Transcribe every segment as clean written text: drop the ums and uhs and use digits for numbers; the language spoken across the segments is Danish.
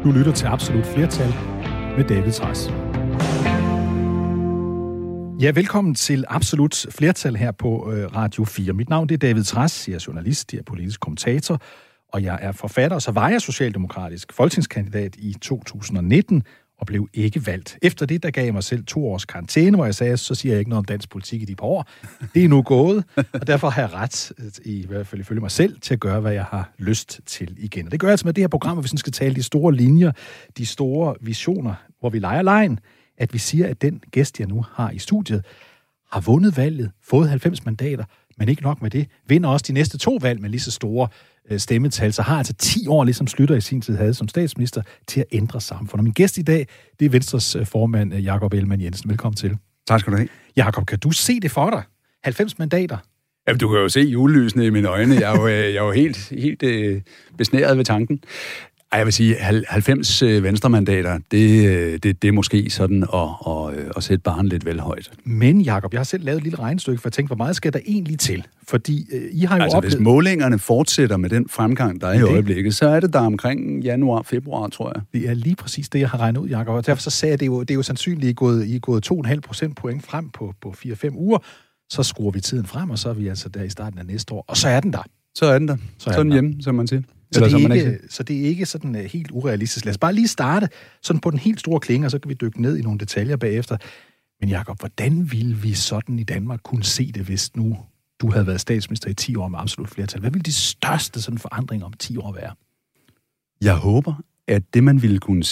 Du lytter til Absolut Flertal med David Trads. Ja, velkommen til Absolut Flertal her på Radio 4. Mit navn det er David Trads, jeg er journalist, jeg er politisk kommentator, og jeg er forfatter, og så var jeg socialdemokratisk folketingskandidat i 2019 og blev ikke valgt. Efter det, der gav jeg mig selv 2 års karantæne, hvor jeg sagde, så siger jeg ikke noget om dansk politik i de par år. Det er nu gået, og derfor har jeg ret, i hvert fald ifølge mig selv, til at gøre, hvad jeg har lyst til igen. Og det gør jeg altså med det her program, hvor vi sådan skal tale de store linjer, de store visioner, hvor vi leger lejen, at vi siger, at den gæst, jeg nu har i studiet, har vundet valget, fået 90 mandater, men ikke nok med det, vinder også de næste 2 valg med lige så store stemmetal, så har altså 10 år, ligesom Schlüter i sin tid havde som statsminister, til at ændre samfundet. Min gæst i dag, det er Venstres formand, Jakob Ellemann-Jensen. Velkommen til. Tak skal du have. Jakob, kan du se det for dig? 90 mandater? Jamen, du kan jo se julelysene i mine øjne. Jeg er jo helt besnæret ved tanken. Jeg vil sige, 90 venstremandater, det er måske sådan at sætte barren lidt vel højt. Men Jakob, jeg har selv lavet et lille regnestykke, for jeg tænkte, hvor meget skal der egentlig til? Fordi I har jo hvis målingerne fortsætter med den fremgang, der er i øjeblikket, så er det der omkring januar, februar, tror jeg. Det er lige præcis det, jeg har regnet ud, Jakob. Og derfor så sagde jeg, det er jo sandsynligt, I er gået 2,5 procentpoint frem på 4-5 uger. Så skruer vi tiden frem, og så er vi altså der i starten af næste år. Og så er den der. Så er den hjemme, som man siger. Så det er ikke sådan helt urealistisk. Lad os bare lige starte sådan på den helt store klinge, og så kan vi dykke ned i nogle detaljer bagefter. Men Jakob, hvordan ville vi sådan i Danmark kunne se det, hvis nu du havde været statsminister i 10 år med absolut flertal? Hvad ville de største sådan forandringer om 10 år være? Jeg håber, at det man vil kunne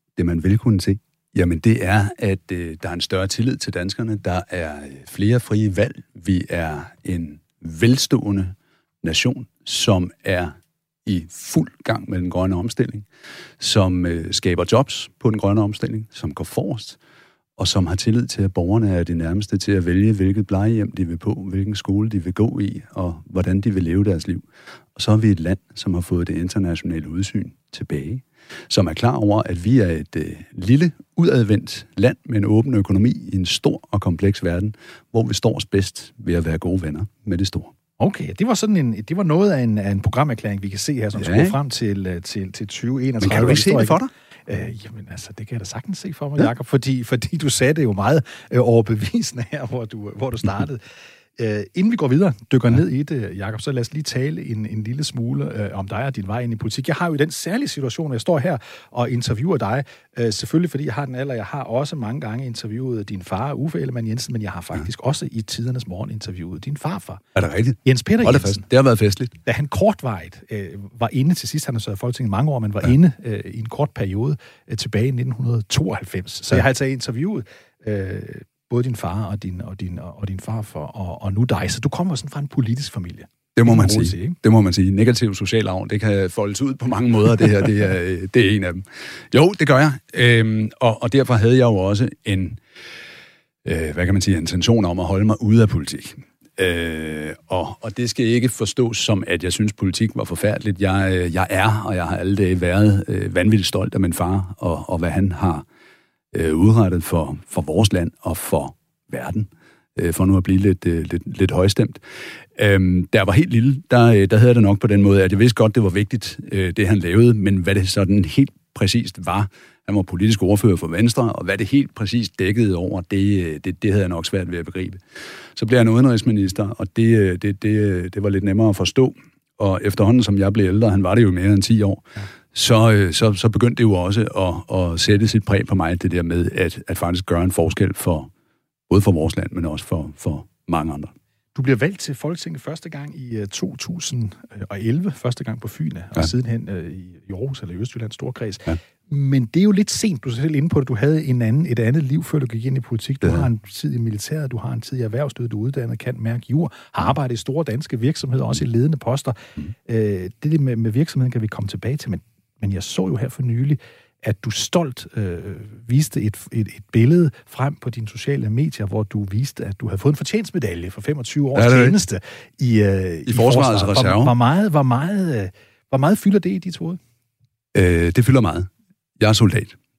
se, jamen det er, at der er en større tillid til danskerne. Der er flere frie valg. Vi er en velstående nation, som er i fuld gang med den grønne omstilling, som skaber jobs på den grønne omstilling, som går forrest, og som har tillid til, at borgerne er de nærmeste til at vælge, hvilket plejehjem de vil på, hvilken skole de vil gå i, og hvordan de vil leve deres liv. Og så er vi et land, som har fået det internationale udsyn tilbage, som er klar over, at vi er et lille, udadvendt land med en åben økonomi i en stor og kompleks verden, hvor vi står os bedst ved at være gode venner med det store. Okay, det var noget af en programerklæring, vi kan se her, som skulle frem til 2031. Men kan du ikke se det for dig? Jamen altså, det kan jeg da sagtens se for mig, Jakob, fordi du sagde det jo meget overbevisende her, hvor du startede. Inden vi går videre, dykker ned i det, Jakob, så lad os lige tale en lille smule om dig og din vej ind i politik. Jeg har jo den særlige situation, at jeg står her og interviewer dig, selvfølgelig fordi jeg har den alder. Jeg har også mange gange interviewet din far, Uffe Ellemann-Jensen, men jeg har faktisk også i tidernes morgen interviewet din farfar. Er det rigtigt? Jens Peter Jensen. Det har været festligt. Da han kortvarigt var inde til sidst, han har så i Folketinget mange år, men var inde i en kort periode tilbage i 1992. Så jeg har altså interviewet både din far og din farfar og nu dig. Så du kommer sådan fra en politisk familie. Det må man sige. Det må man sige. Negativ social arv, det kan foldes ud på mange måder. Det her, det er en af dem. Jo, det gør jeg. Og derfor havde jeg jo også en intention om at holde mig ude af politik. Og det skal ikke forstås som, at jeg synes, politik var forfærdeligt. Jeg er, og jeg har alle dage været vanvittigt stolt af min far, og hvad han har udrettet for vores land og for verden, for nu at blive lidt højstemt. Da jeg var helt lille, der havde jeg det nok på den måde, at jeg vidste godt, det var vigtigt, det han lavede, men hvad det sådan helt præcist var, han var politisk ordfører for Venstre, og hvad det helt præcist dækkede over, det havde jeg nok svært ved at begribe. Så blev han udenrigsminister, og det var lidt nemmere at forstå, og efterhånden som jeg blev ældre, han var det jo mere end 10 år, så begyndte det jo også at sætte sit præg på mig, det der med at faktisk gøre en forskel både for vores land, men også for mange andre. Du bliver valgt til Folketinget første gang i 2011, første gang på Fyn, og sidenhen i Aarhus eller i Østjyllands Storkreds. Ja. Men det er jo lidt sent, du er selv inde på det. Du havde et andet liv, før du gik ind i politik. Du har en tid i militæret, du har en tid i erhvervslivet, du er uddannet, kan mærke jur, har arbejdet i store danske virksomheder, også i ledende poster. Det med virksomheden kan vi komme tilbage til, men jeg så jo her for nylig, at du stolt viste et billede frem på dine sociale medier, hvor du viste, at du havde fået en fortjenstmedalje for 25 års tjeneste i Forsvarets reserve. Hvor meget fylder det i dit hoved? Det fylder meget. Jeg er soldat.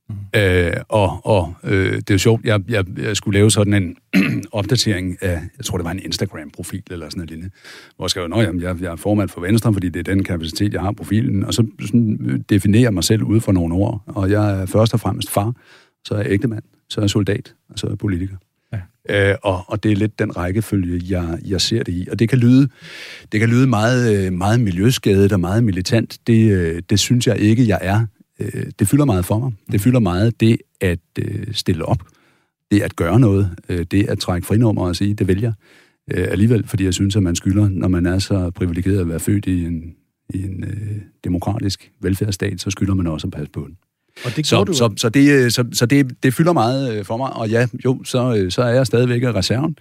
Det er jo sjovt, jeg skulle lave sådan en opdatering af, jeg tror det var en Instagram-profil eller sådan noget, hvor jeg skrev, jeg er formand for Venstre, fordi det er den kapacitet, jeg har profilen, og så sådan definerer mig selv ud fra nogle ord, og jeg er først og fremmest far, så er jeg ægtemand, så er jeg soldat, og så er jeg politiker. Ja. Og det er lidt den rækkefølge, jeg ser det i. Og det kan lyde meget, meget miljøskadet og meget militant. Det synes jeg ikke, jeg er. Det fylder meget for mig. Det fylder meget det at stille op, det at gøre noget, det at trække frinummer og sige, det vælger alligevel, fordi jeg synes, at man skylder, når man er så privilegeret at være født i en demokratisk velfærdsstat, så skylder man også at passe på den. Og det så det fylder meget for mig, og ja, jo, så er jeg stadigvæk af reserven,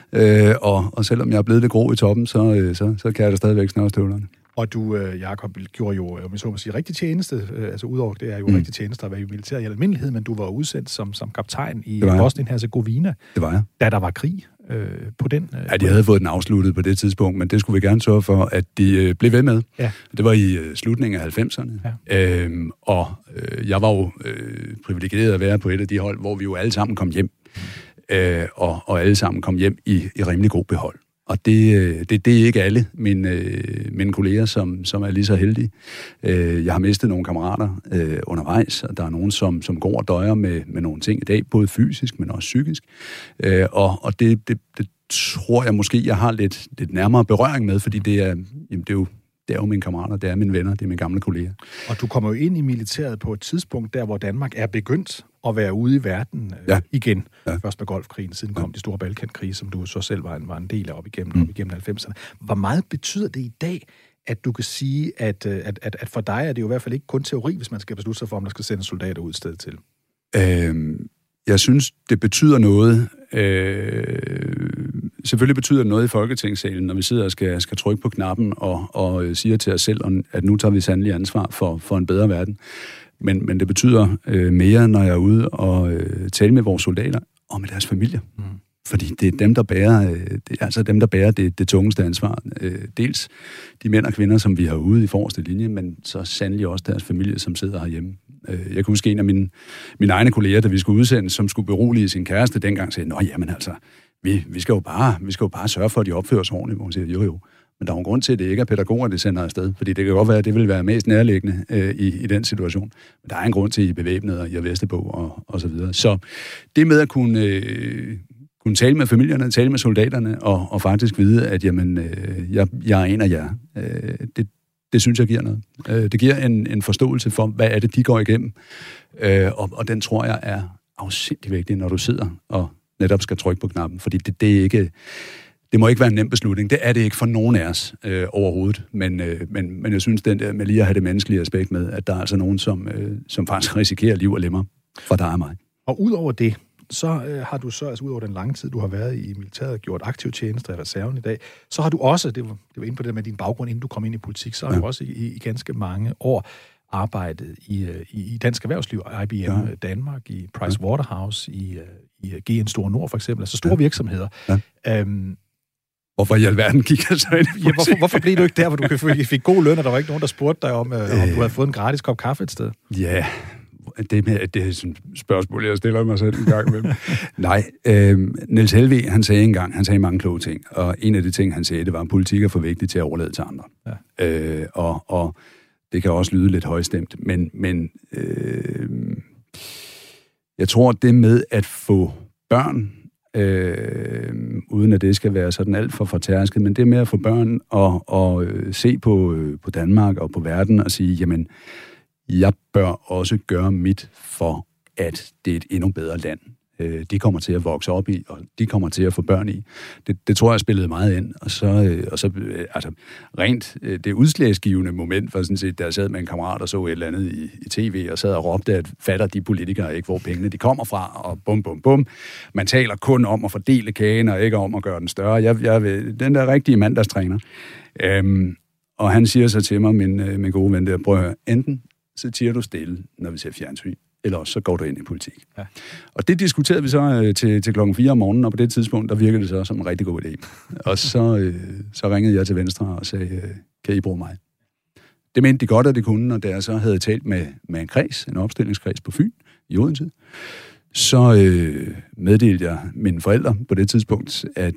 og selvom jeg er blevet lidt grå i toppen, så kan jeg da stadigvæk snøre støvlerne. Og du, Jakob, gjorde jo, om jeg så må sige, rigtig tjeneste, altså udover det er jo rigtig tjeneste at være i militæret i almindelighed, men du var udsendt som kaptajn i Bosnien-Herzegovina, da der var krig på den. Ja, de havde fået den afsluttet på det tidspunkt, men det skulle vi gerne sørge for, at de blev ved med. Ja. Det var i slutningen af 90'erne. Ja. Jeg var jo privilegeret at være på et af de hold, hvor vi jo alle sammen kom hjem. Og alle sammen kom hjem i rimelig god behold. Og det er ikke alle mine kolleger, som er lige så heldige. Jeg har mistet nogle kammerater undervejs, og der er nogen, som går og døjer med nogle ting i dag, både fysisk, men også psykisk. Og det tror jeg måske, jeg har lidt nærmere berøring med, fordi det er jo mine kammerater, det er mine venner, det er mine gamle kolleger. Og du kommer jo ind i militæret på et tidspunkt, der hvor Danmark er begyndt at være ude i verden igen. Ja. Først med Golfkrigen, siden kom de store Balkankrige, som du så selv var en del af op igennem 90'erne. Hvor meget betyder det i dag, at du kan sige, at for dig er det jo i hvert fald ikke kun teori, hvis man skal beslutte sig for, om der skal sendes soldater ud et sted til? Jeg synes, det betyder noget. Selvfølgelig betyder det noget i Folketingssalen, når vi sidder og skal trykke på knappen og siger til os selv, at nu tager vi sandelig ansvar for en bedre verden. Men det betyder mere, når jeg er ude og tale med vores soldater og med deres familier. Fordi det er dem, der bærer, det tungeste ansvar. Dels de mænd og kvinder, som vi har ude i forreste linje, men så sandelig også deres familie, som sidder herhjemme. Jeg kan huske en af mine egne kolleger, da vi skulle udsendes, som skulle berolige sin kæreste, dengang sagde, vi skal jo bare sørge for, at de opfører sig ordentligt. Hvor hun siger, jo. Men der er en grund til, at det ikke er pædagoger, der sender afsted. Fordi det kan godt være, at det vil være mest nærliggende i den situation. Men der er en grund til, at I er bevæbnet, og I har veste på, og så videre. Så det med at kunne tale med familierne, tale med soldaterne, og faktisk vide, at jeg er en af jer, det synes jeg giver noget. Det giver en forståelse for, hvad er det, de går igennem. Og den tror jeg er afsindig vigtig, når du sidder og netop skal trykke på knappen. Fordi det må ikke være en nem beslutning. Det er det ikke for nogen af os overhovedet. Men jeg synes, den der med lige at have det menneskelige aspekt med, at der er altså nogen, som faktisk risikerer liv og lemmer for dig og mig. Og udover det, så har du så, altså udover den lange tid, du har været i militæret, gjort aktiv tjeneste i reserven i dag, så har du også, det var inde på det med din baggrund, inden du kom ind i politik, så har du også i ganske mange år arbejdet i dansk erhvervsliv, IBM Danmark, i Pricewaterhouse, i GN Store Nord for eksempel, altså store virksomheder. Ja. Hvorfor i alverden gik jeg så ind i politik? Hvorfor blev du ikke der, hvor du fik god løn, og der var ikke nogen, der spurgte dig om du havde fået en gratis kop kaffe et sted? Ja, det er sådan et spørgsmål, jeg stiller mig selv en gang imellem. Nej, Niels Helveg, han sagde mange kloge ting, og en af de ting, han sagde, det var, at politik er for vigtigt til at overlade til andre. Ja. Og det kan også lyde lidt højstemt, men jeg tror, det med at få børn, uden at det skal være sådan alt for fortærsket, men det med at få børn og se på Danmark og på verden og sige, jamen, jeg bør også gøre mit for, at det er et endnu bedre land. De kommer til at vokse op i, og de kommer til at få børn i. Det tror jeg spillede meget ind. Og så rent det udslagsgivende moment var sådan set, der sad med en kammerat og så et eller andet i tv, og sad og råbte, at fatter de politikere ikke, hvor pengene de kommer fra, og bum, bum, bum. Man taler kun om at fordele kagen, og ikke om at gøre den større. Den der rigtige mandagstræner. Og han siger så til mig, min gode ven der, prøv at høre, enten så tiger du stille, når vi ser fjernsyn, eller også så går du ind i politik. Ja. Og det diskuterede vi så til klokken 4 om morgenen, og på det tidspunkt, der virkede det så som en rigtig god idé. Og så ringede jeg til Venstre og sagde, kan I bruge mig? Det mente de godt, at det kunne, og da jeg så havde talt med en kreds, en opstillingskreds på Fyn, i Odense, så meddelte jeg mine forældre på det tidspunkt, at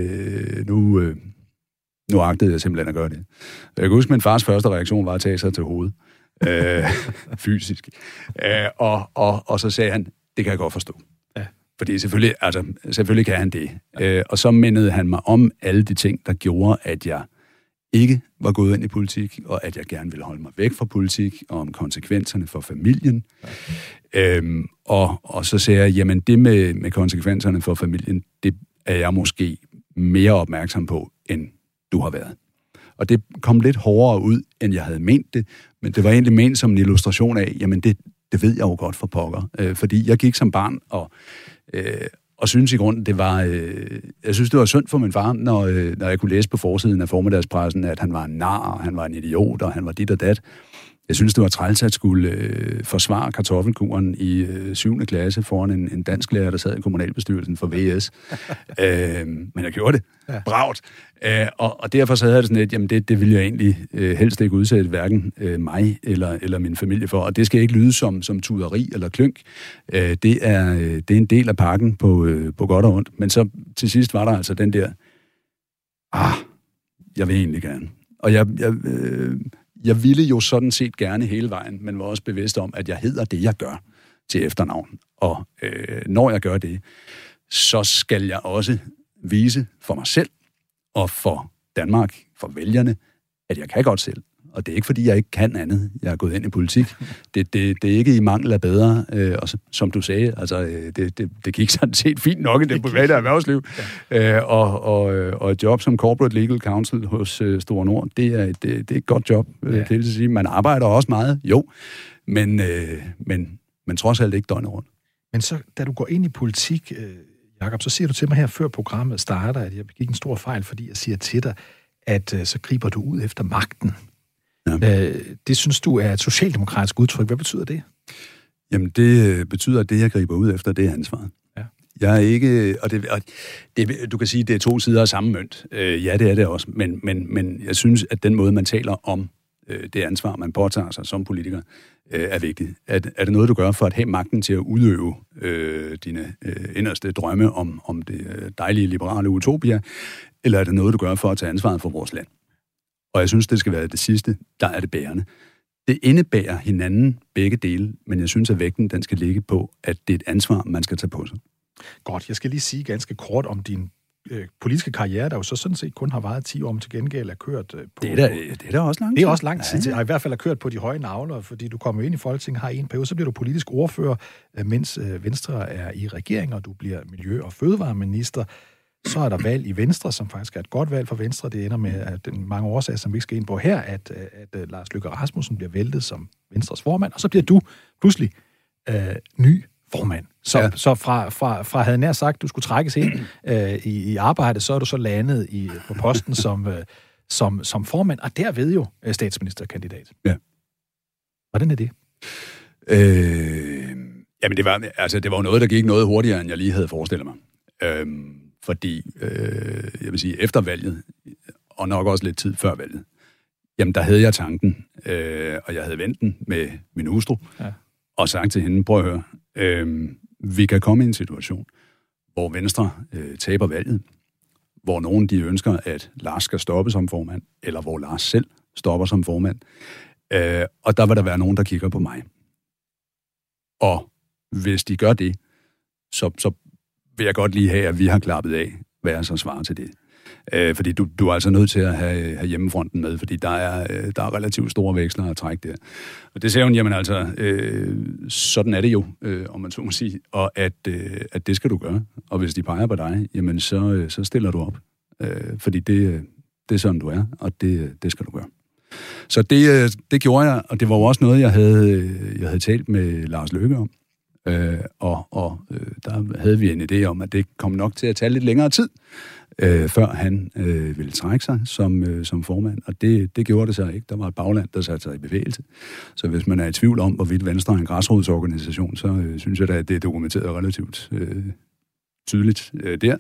nu agtede jeg simpelthen at gøre det. Jeg kan huske, at min fars første reaktion var at tage sig til hovedet. Fysisk. Og så sagde han, det kan jeg godt forstå. Ja. Fordi selvfølgelig kan han det. Ja. Og så mindede han mig om alle de ting, der gjorde, at jeg ikke var gået ind i politik, og at jeg gerne ville holde mig væk fra politik, og om konsekvenserne for familien. Ja. Og så sagde jeg, jamen det med konsekvenserne for familien, det er jeg måske mere opmærksom på, end du har været. Og det kom lidt hårdere ud, end jeg havde ment det, men det var egentlig ment som en illustration af, jamen det ved jeg jo godt for pokker. Fordi jeg gik som barn og synes i grunden, det var... jeg synes, det var synd for min far, når jeg kunne læse på forsiden af formiddagspressen, at han var en nar, og han var en idiot, og han var dit og dat. Jeg synes, det var træls at skulle forsvare kartoffelkuren i 7. klasse foran en dansklærer, der sad i kommunalbestyrelsen for VS. Men jeg gjorde det. Ja. Bravt. Og derfor så havde det sådan lidt, jamen det ville jeg egentlig helst ikke udsætte hverken mig eller min familie for. Og det skal ikke lyde som tuderi eller klynk. Det er en del af pakken på godt og ondt. Men så til sidst var der altså den der, jeg vil egentlig gerne. Og jeg ville jo sådan set gerne hele vejen, men var også bevidst om, at jeg hedder det, jeg gør til efternavn. Og når jeg gør det, så skal jeg også vise for mig selv og for Danmark, for vælgerne, at jeg kan godt selv. Og det er ikke, fordi jeg ikke kan andet. Jeg er gået ind i politik. Det er ikke i mangel af bedre. Og som du sagde, altså, det gik sådan set fint nok i det private erhvervsliv. Ja. Og et job som Corporate Legal Counsel hos Store Nord, det er et godt job. Ja. Det vil sige, man arbejder også meget, jo. Men trods alt ikke døgnet rundt. Men så, da du går ind i politik, Jakob, så siger du til mig her, før programmet starter, at jeg begik en stor fejl, fordi jeg siger til dig, at så griber du ud efter magten. Ja. Det synes du er et socialdemokratisk udtryk. Hvad betyder det? Jamen, det betyder, at det, jeg griber ud efter, det er ansvaret. Ja. Jeg er ikke... Og det, du kan sige, det er to sider af samme mønt. Ja, det er det også. Men jeg synes, at den måde, man taler om det ansvar, man påtager sig som politiker, er vigtigt. Er det noget, du gør for at have magten til at udøve dine inderste drømme om det dejlige liberale utopia, eller er det noget, du gør for at tage ansvaret for vores land? Og jeg synes, det skal være det sidste, der er det bærende. Det indebærer hinanden begge dele, men jeg synes, at vægten den skal ligge på, at det er et ansvar, man skal tage på sig. Godt, jeg skal lige sige ganske kort om din politiske karriere, der jo så sådan set kun har varet 10 år, om til gengæld er kørt på... Det er da også lang tid. Det er også lang tid, ja. I hvert fald er kørt på de høje nagler, fordi du kommer ind i Folketinget, har en periode, så bliver du politisk ordfører, mens Venstre er i regering, og du bliver miljø- og fødevareminister. Så er der valg i Venstre, som faktisk er et godt valg for Venstre. Det ender med at den mange årsager, som vi ikke skal ind på her, at Lars Løkke Rasmussen bliver væltet som Venstres formand, og så bliver du pludselig ny formand. Så fra havde nær sagt, du skulle trækkes ind i arbejde, så er du så landet på posten som formand, og derved jo statsministerkandidat. Ja. Hvordan er det? Jamen det var jo noget, der gik noget hurtigere, end jeg lige havde forestillet mig. Fordi, jeg vil sige, efter valget, og nok også lidt tid før valget, jamen der havde jeg tanken, og jeg havde vendt den med min hustru, og sagt til hende, prøv at høre, vi kan komme i en situation, hvor Venstre taber valget, hvor nogen de ønsker, at Lars skal stoppe som formand, eller hvor Lars selv stopper som formand, og der vil der være nogen, der kigger på mig. Og hvis de gør det, så vil jeg godt lige have, at vi har klappet af, hvad jeg så svarer til det. Fordi du er altså nødt til at have hjemmefronten med, fordi der er relativt store veksler at trække der. Og det siger hun, jamen altså, sådan er det jo, om man så må sige, og at det skal du gøre. Og hvis de peger på dig, jamen så stiller du op. Fordi det er sådan, du er, og det skal du gøre. Så det gjorde jeg, og det var jo også noget, jeg havde talt med Lars Løkke om. Og der havde vi en idé om, at det kom nok til at tage lidt længere tid, før han ville trække sig som formand. Og det gjorde det så ikke. Der var et bagland, der satte sig i bevægelse. Så hvis man er i tvivl om, hvorvidt Venstre er en græsrodsorganisation, så synes jeg da, at det er dokumenteret relativt tydeligt der.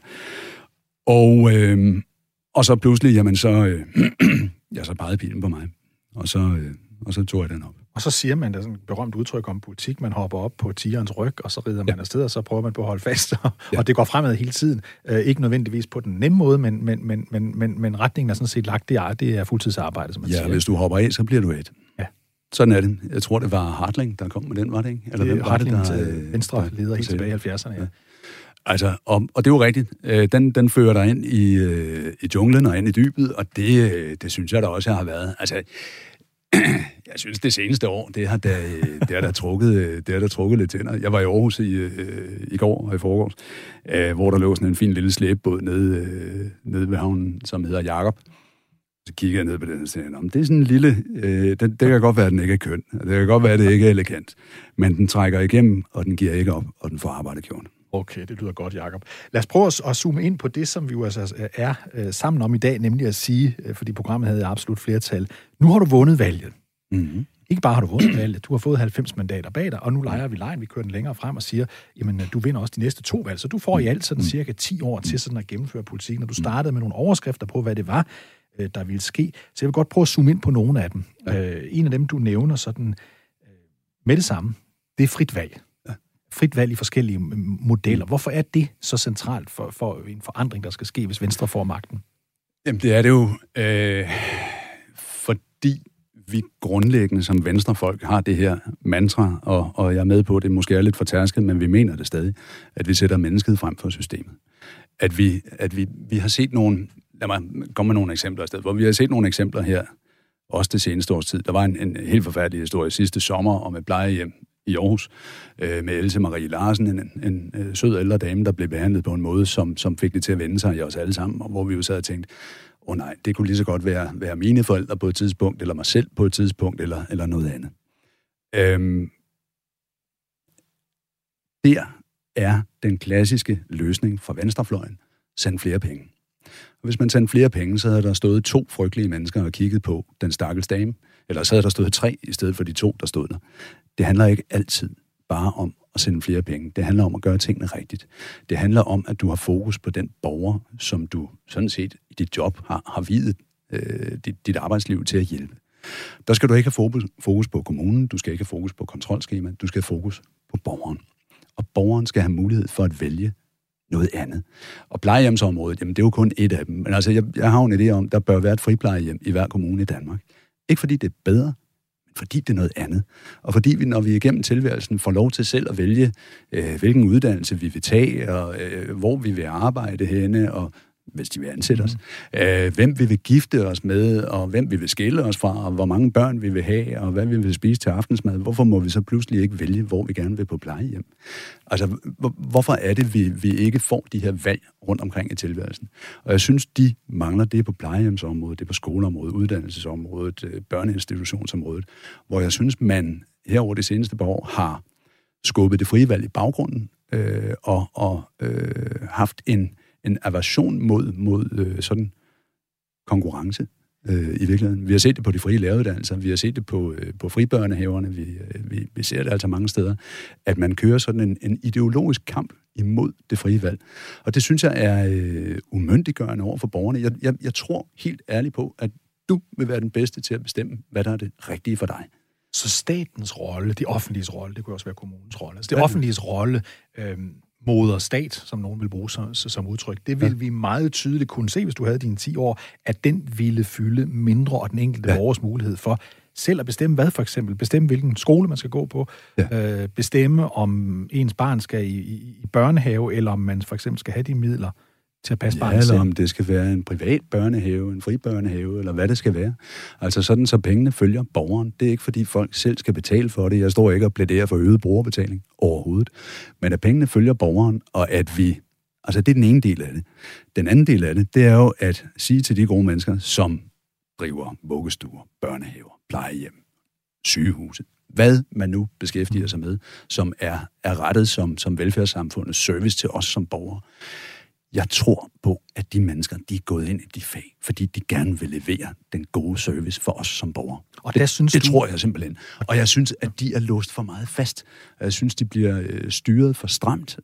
Og så pludselig, jamen så pegede pilen på mig. Og så tog jeg den op. Og så siger man, der er sådan et berømt udtryk om politik, man hopper op på tigerens ryg, og så rider man afsted, og så prøver man på at holde fast, og det går fremad hele tiden. Ikke nødvendigvis på den nemme måde, men retningen er sådan set lagt, det er fuldtidsarbejde, som man siger. Ja, hvis du hopper af, så bliver du et. Ja. Sådan er det. Jeg tror, det var Hartling, der kom med den, var det ikke? Eller det er Hartling til venstre leder helt tilbage i 70'erne, ja. Altså, og det er jo rigtigt. Den fører dig ind i junglen og ind i dybet, og det synes jeg da også, jeg har været. Altså, jeg synes, det seneste år, det har da trukket lidt tænder. Jeg var i Aarhus i går og i forgårs, hvor der lå sådan en fin lille slæbbåd nede ved havnen, som hedder Jakob. Så kigger jeg ned på den og siger, det er sådan en lille... det kan godt være, at den ikke er køn, det kan godt være, at det ikke er elegant, men den trækker igennem, og den giver ikke op, og den får arbejdet gjort. Okay, det lyder godt, Jakob. Lad os prøve at zoome ind på det, som vi jo altså er sammen om i dag, nemlig at sige, fordi programmet havde absolut flertal. Nu har du vundet valget. Mm-hmm. Ikke bare har du vundet valget, du har fået 90 mandater bag dig, og nu leger vi lejen, vi kører den længere frem og siger, jamen du vinder også de næste 2 valg, så du får i alt sådan cirka 10 år til sådan at gennemføre politikken, og du startede med nogle overskrifter på, hvad det var, der ville ske. Så jeg vil godt prøve at zoome ind på nogle af dem. Ja. En af dem, du nævner sådan med det samme, det er frit valg. Frit valg i forskellige modeller. Hvorfor er det så centralt for en forandring, der skal ske, hvis Venstre får magten? Jamen, det er det jo, fordi vi grundlæggende som venstrefolk har det her mantra, og jeg er med på, at det måske er lidt fortærsket, men vi mener det stadig, at vi sætter mennesket frem for systemet. At vi har set nogle, lad mig komme med nogle eksempler i stedet, hvor vi har set nogle eksempler her, også det seneste års tid. Der var en helt forfærdelig historie sidste sommer om et plejehjem i Aarhus, med Else Marie Larsen, en sød ældre dame, der blev behandlet på en måde, som fik det til at vende sig i os alle sammen, og hvor vi jo sad og tænkte, nej, det kunne lige så godt være mine forældre på et tidspunkt, eller mig selv på et tidspunkt, eller noget andet. Der er den klassiske løsning fra venstrefløjen, send flere penge. Og hvis man sendte flere penge, så havde der stået 2 frygtelige mennesker og kigget på den stakkels dame, eller så havde der stået 3 i stedet for de 2, der stod der. Det handler ikke altid bare om at sende flere penge. Det handler om at gøre tingene rigtigt. Det handler om, at du har fokus på den borger, som du sådan set i dit job har viet dit arbejdsliv til at hjælpe. Der skal du ikke have fokus på kommunen, du skal ikke have fokus på kontrolskemaet, du skal have fokus på borgeren. Og borgeren skal have mulighed for at vælge noget andet. Og plejehjemsområdet, jamen det er jo kun et af dem. Men altså, jeg har en idé om, der bør være et friplejehjem i hver kommune i Danmark. Ikke fordi det er bedre, men fordi det er noget andet. Og fordi vi, når vi igennem tilværelsen får lov til selv at vælge, hvilken uddannelse vi vil tage, og hvor vi vil arbejde henne, og hvis de vil ansætte os, hvem vi vil gifte os med, og hvem vi vil skille os fra, og hvor mange børn vi vil have, og hvad vi vil spise til aftensmad. Hvorfor må vi så pludselig ikke vælge, hvor vi gerne vil på plejehjem? Altså, hvorfor er det, vi ikke får de her valg rundt omkring i tilværelsen? Og jeg synes, de mangler det på plejehjemsområdet, det på skoleområdet, uddannelsesområdet, børneinstitutionsområdet, hvor jeg synes, man herover det seneste par år har skubbet det frie valg i baggrunden, og haft en aversion mod sådan konkurrence i virkeligheden. Vi har set det på de frie læreruddannelser, vi har set det på fribørnehaverne, vi ser det altså mange steder, at man kører sådan en ideologisk kamp imod det frie valg. Og det synes jeg er umyndiggørende over for borgerne. Jeg tror helt ærligt på, at du vil være den bedste til at bestemme, hvad der er det rigtige for dig. Så statens rolle, det offentliges rolle, det kunne også være kommunens rolle, altså det offentliges rolle, moder stat, som nogen vil bruge som udtryk, det vil vi meget tydeligt kunne se, hvis du havde dine 10 år, at den ville fylde mindre, og den enkelte borgers mulighed for selv at bestemme hvad, for eksempel. Bestemme, hvilken skole man skal gå på. Bestemme, om ens barn skal i børnehave, eller om man for eksempel skal have de midler til at passe barnet selv. Eller om det skal være en privat børnehave, en fri børnehave, eller hvad det skal være. Altså sådan, så pengene følger borgeren. Det er ikke, fordi folk selv skal betale for det. Jeg står ikke og plæderer for øget brugerbetaling overhovedet. Men at pengene følger borgeren, og at vi... Altså, det er den ene del af det. Den anden del af det, det er jo at sige til de gode mennesker, som driver vuggestuer, børnehaver, plejehjem, sygehuse, hvad man nu beskæftiger sig med, som er rettet som velfærdssamfundets service til os som borgere. Jeg tror på, at de mennesker, de er gået ind i de fag, fordi de gerne vil levere den gode service for os som borgere. Og det tror jeg simpelthen. Og jeg synes, at de er låst for meget fast. Jeg synes, de bliver styret for stramt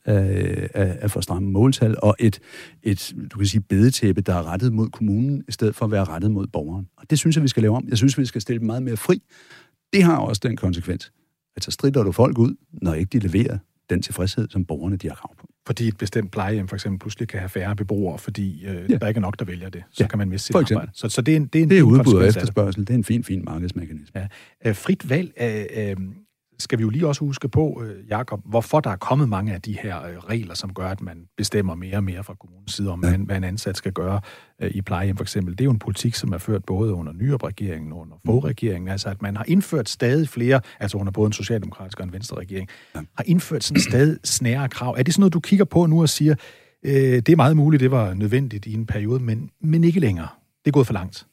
af for stramme måltal, og et du kan sige, bedetæppe, der er rettet mod kommunen, i stedet for at være rettet mod borgeren. Og det synes jeg, vi skal lave om. Jeg synes, vi skal stille dem meget mere fri. det har også den konsekvens, at så strider du folk ud, når ikke de leverer den tilfredshed, som borgerne de har krav på. Fordi et bestemt plejehjem for eksempel pludselig kan have færre beboere, fordi der ikke er nok, der vælger det. Så kan man miste sit arbejde. Så det er udbud og efterspørgsel. Det er en fin markedsmekanisme. Ja. Frit valg skal vi jo lige også huske på, Jakob, hvorfor der er kommet mange af de her regler, som gør, at man bestemmer mere og mere fra kommunens side om, hvad en ansat skal gøre i plejehjem for eksempel. Det er jo en politik, som er ført både under Nyrup-regeringen og under Fogh-regeringen. Altså, at man har indført stadig flere, altså under både en socialdemokratisk og en venstre-regering, har indført sådan stadig snærere krav. Er det sådan noget, du kigger på nu og siger, det er meget muligt, det var nødvendigt i en periode, men ikke længere. Det er gået for langt.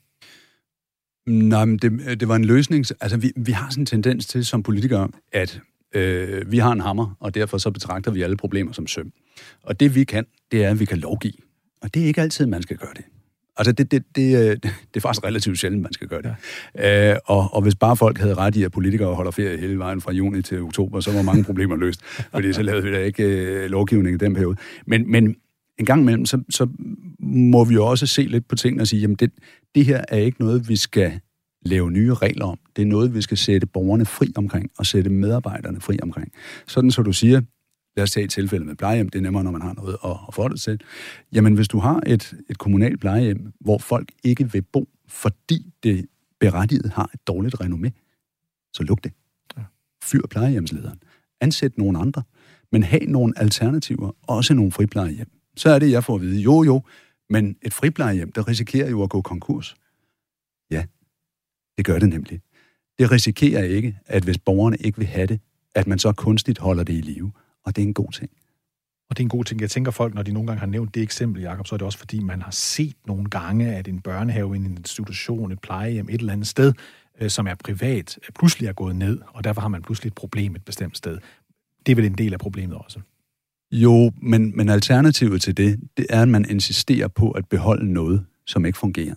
Nej, men det var en løsning. Altså, vi har sådan en tendens til som politikere, at vi har en hammer, og derfor så betragter vi alle problemer som søm. Og det vi kan, det er, at vi kan lovgive. Og det er ikke altid, man skal gøre det. Altså, det er faktisk relativt sjældent, man skal gøre det. Ja. Og hvis bare folk havde ret i, at politikere holder ferie hele vejen fra juni til oktober, så var mange problemer løst. Fordi så lavede vi da ikke lovgivning i den periode. Men en gang imellem, så må vi jo også se lidt på tingene og sige, jamen det her er ikke noget, vi skal lave nye regler om. Det er noget, vi skal sætte borgerne fri omkring, og sætte medarbejderne fri omkring. Sådan så du siger, lad os tage et tilfælde med plejehjem, det er nemmere, når man har noget at forholde sig til. Jamen, hvis du har et kommunalt plejehjem, hvor folk ikke vil bo, fordi det berettiget har et dårligt renommé, så luk det. Fyr plejehjemslederen. Ansæt nogle andre, men have nogle alternativer, også nogle friplejehjem. Så er det, jeg får at vide, jo, men et friplejehjem, der risikerer jo at gå konkurs. Ja, det gør det nemlig. Det risikerer ikke, at hvis borgerne ikke vil have det, at man så kunstigt holder det i live. Og det er en god ting. Og det er en god ting. Jeg tænker folk, når de nogle gange har nævnt det eksempel, Jakob, så er det også fordi, man har set nogle gange, at en børnehave, en institution, et plejehjem, et eller andet sted, som er privat, pludselig er gået ned, og derfor har man pludselig et problem et bestemt sted. Det er vel en del af problemet også. Jo, men alternativet til det er, at man insisterer på at beholde noget, som ikke fungerer.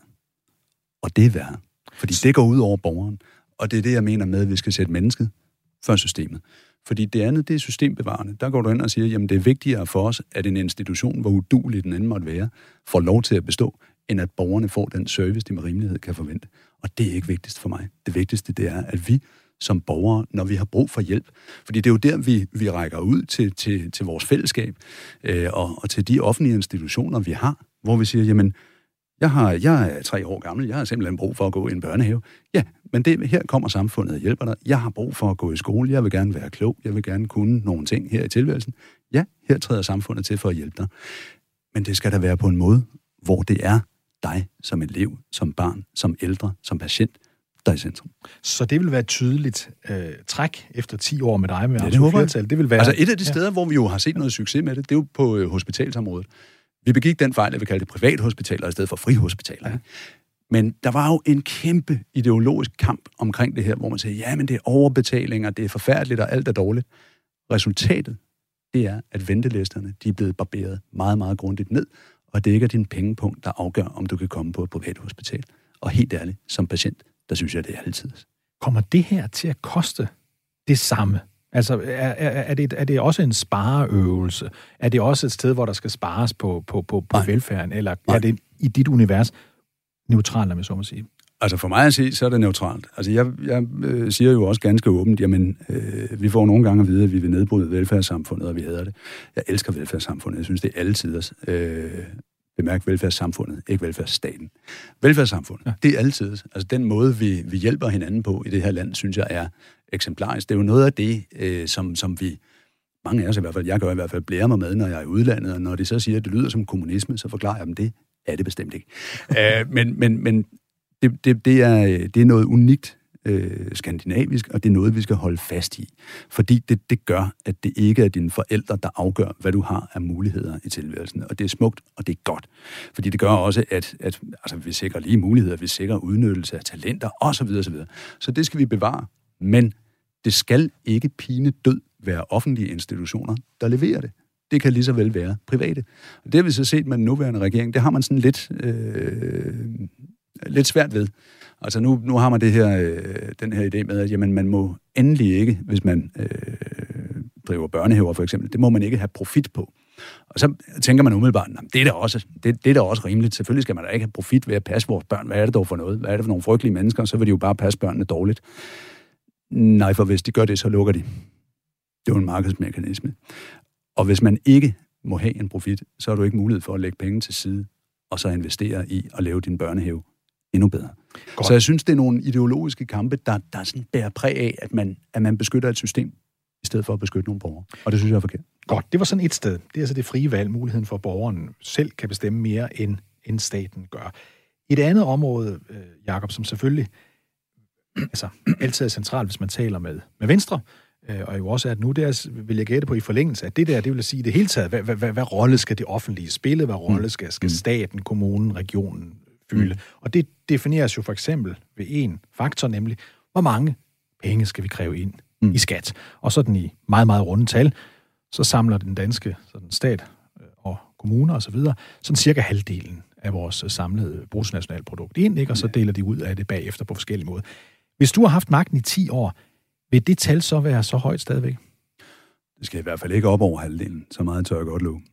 Og det er værre. Fordi det går ud over borgeren. Og det er det, jeg mener med, at vi skal sætte mennesket før systemet. Fordi det andet, det er systembevarende. Der går du ind og siger, jamen det er vigtigere for os, at en institution, hvor uduelig den anden måtte være, får lov til at bestå, end at borgerne får den service, de med rimelighed kan forvente. Og det er ikke vigtigst for mig. Det vigtigste, det er, at vi som borgere, når vi har brug for hjælp, fordi det er jo der, vi rækker ud til vores fællesskab, og til de offentlige institutioner, vi har, hvor vi siger, jamen, jeg er 3 år gammel, jeg har simpelthen brug for at gå i en børnehave. Ja, men her kommer samfundet og hjælper dig. Jeg har brug for at gå i skole, jeg vil gerne være klog, jeg vil gerne kunne nogle ting her i tilværelsen. Ja, her træder samfundet til for at hjælpe dig. Men det skal da være på en måde, hvor det er dig som elev, som barn, som ældre, som patient, der er i centrum. Så det vil være et tydeligt træk efter 10 år med dig med absolut flertal. Det vil være... Altså et af de steder, hvor vi jo har set noget succes med det, det er jo på hospitalsområdet. Vi begik den fejl, at vi kaldte det privathospitaler i stedet for frihospitaler. Ja. Men der var jo en kæmpe ideologisk kamp omkring det her, hvor man siger, ja, men det er overbetalinger, det er forfærdeligt, og alt er dårligt. Resultatet, det er, at ventelisterne, de er blevet barberet meget, meget grundigt ned, og det ikke er din pengepunkt, der afgør, om du kan komme på et privathospital. Og helt ærligt, som patient, der synes jeg, det er altid. Kommer det her til at koste det samme? Altså, er det også en spareøvelse? Er det også et sted, hvor der skal spares på velfærden? Eller er det i dit univers neutralt, om jeg så må sige? Altså for mig at se, så er det neutralt. Altså jeg siger jo også ganske åbent, jamen vi får nogle gange at vide, at vi vil nedbryde velfærdssamfundet, og vi hader det. Jeg elsker velfærdssamfundet. Jeg synes, det er alle tiders. Bemærk velfærdssamfundet, ikke velfærdsstaten. Velfærdssamfundet, det er alle tiders. Altså den måde, vi hjælper hinanden på i det her land, synes jeg er eksemplarisk. Det er jo noget af det, som vi, mange af os i hvert fald, jeg gør i hvert fald, blærer mig med, når jeg er i udlandet, og når de så siger, at det lyder som kommunisme, så forklarer jeg dem det. Er det bestemt ikke. Men det er noget unikt skandinavisk, og det er noget, vi skal holde fast i. Fordi det gør, at det ikke er dine forældre, der afgør, hvad du har af muligheder i tilværelsen. Og det er smukt, og det er godt. Fordi det gør også, at altså, vi sikrer lige muligheder, vi sikrer udnyttelse af talenter, osv. osv. Så det skal vi bevare. Men det skal ikke pine død være offentlige institutioner, der leverer det. Det kan lige så vel være private. Og det har vi så set med den nuværende regering. Det har man sådan lidt svært ved. Altså nu har man den her idé med, at jamen, man må endelig ikke, hvis man driver børnehaver for eksempel, det må man ikke have profit på. Og så tænker man umiddelbart, det er da også rimeligt. Selvfølgelig skal man da ikke have profit ved at passe vores børn. Hvad er det dog for noget? Hvad er det for nogle frygtelige mennesker? Så vil de jo bare passe børnene dårligt. Nej, for hvis de gør det, så lukker de. Det er jo en markedsmekanisme. Og hvis man ikke må have en profit, så har du ikke mulighed for at lægge penge til side, og så investere i at lave din børnehave endnu bedre. Godt. Så jeg synes, det er nogle ideologiske kampe, der sådan bærer præg af, at man beskytter et system, i stedet for at beskytte nogle borgere. Og det synes jeg er forkert. Godt, det var sådan et sted. Det er altså det frie valg, muligheden for, at borgeren selv kan bestemme mere, end staten gør. Et andet område, Jakob, som selvfølgelig altid er centralt, hvis man taler med Venstre, og jo også at nu, der vil jeg gætte på i forlængelse af det der, det vil sige det hele taget, hvad rolle skal det offentlige spille, hvad rolle skal staten, kommunen, regionen fylde? Og det defineres jo for eksempel ved en faktor, nemlig, hvor mange penge skal vi kræve ind i skat? Og sådan i meget, meget runde tal, så samler den danske stat og kommuner osv. sådan cirka halvdelen af vores samlede bruttonationalprodukt ind, ikke? Og så deler de ud af det bagefter på forskellige måder. Hvis du har haft magten i 10 år, vil det tal så være så højt stadigvæk? Det skal i hvert fald ikke op over halvdelen. Så meget tør jeg godt love.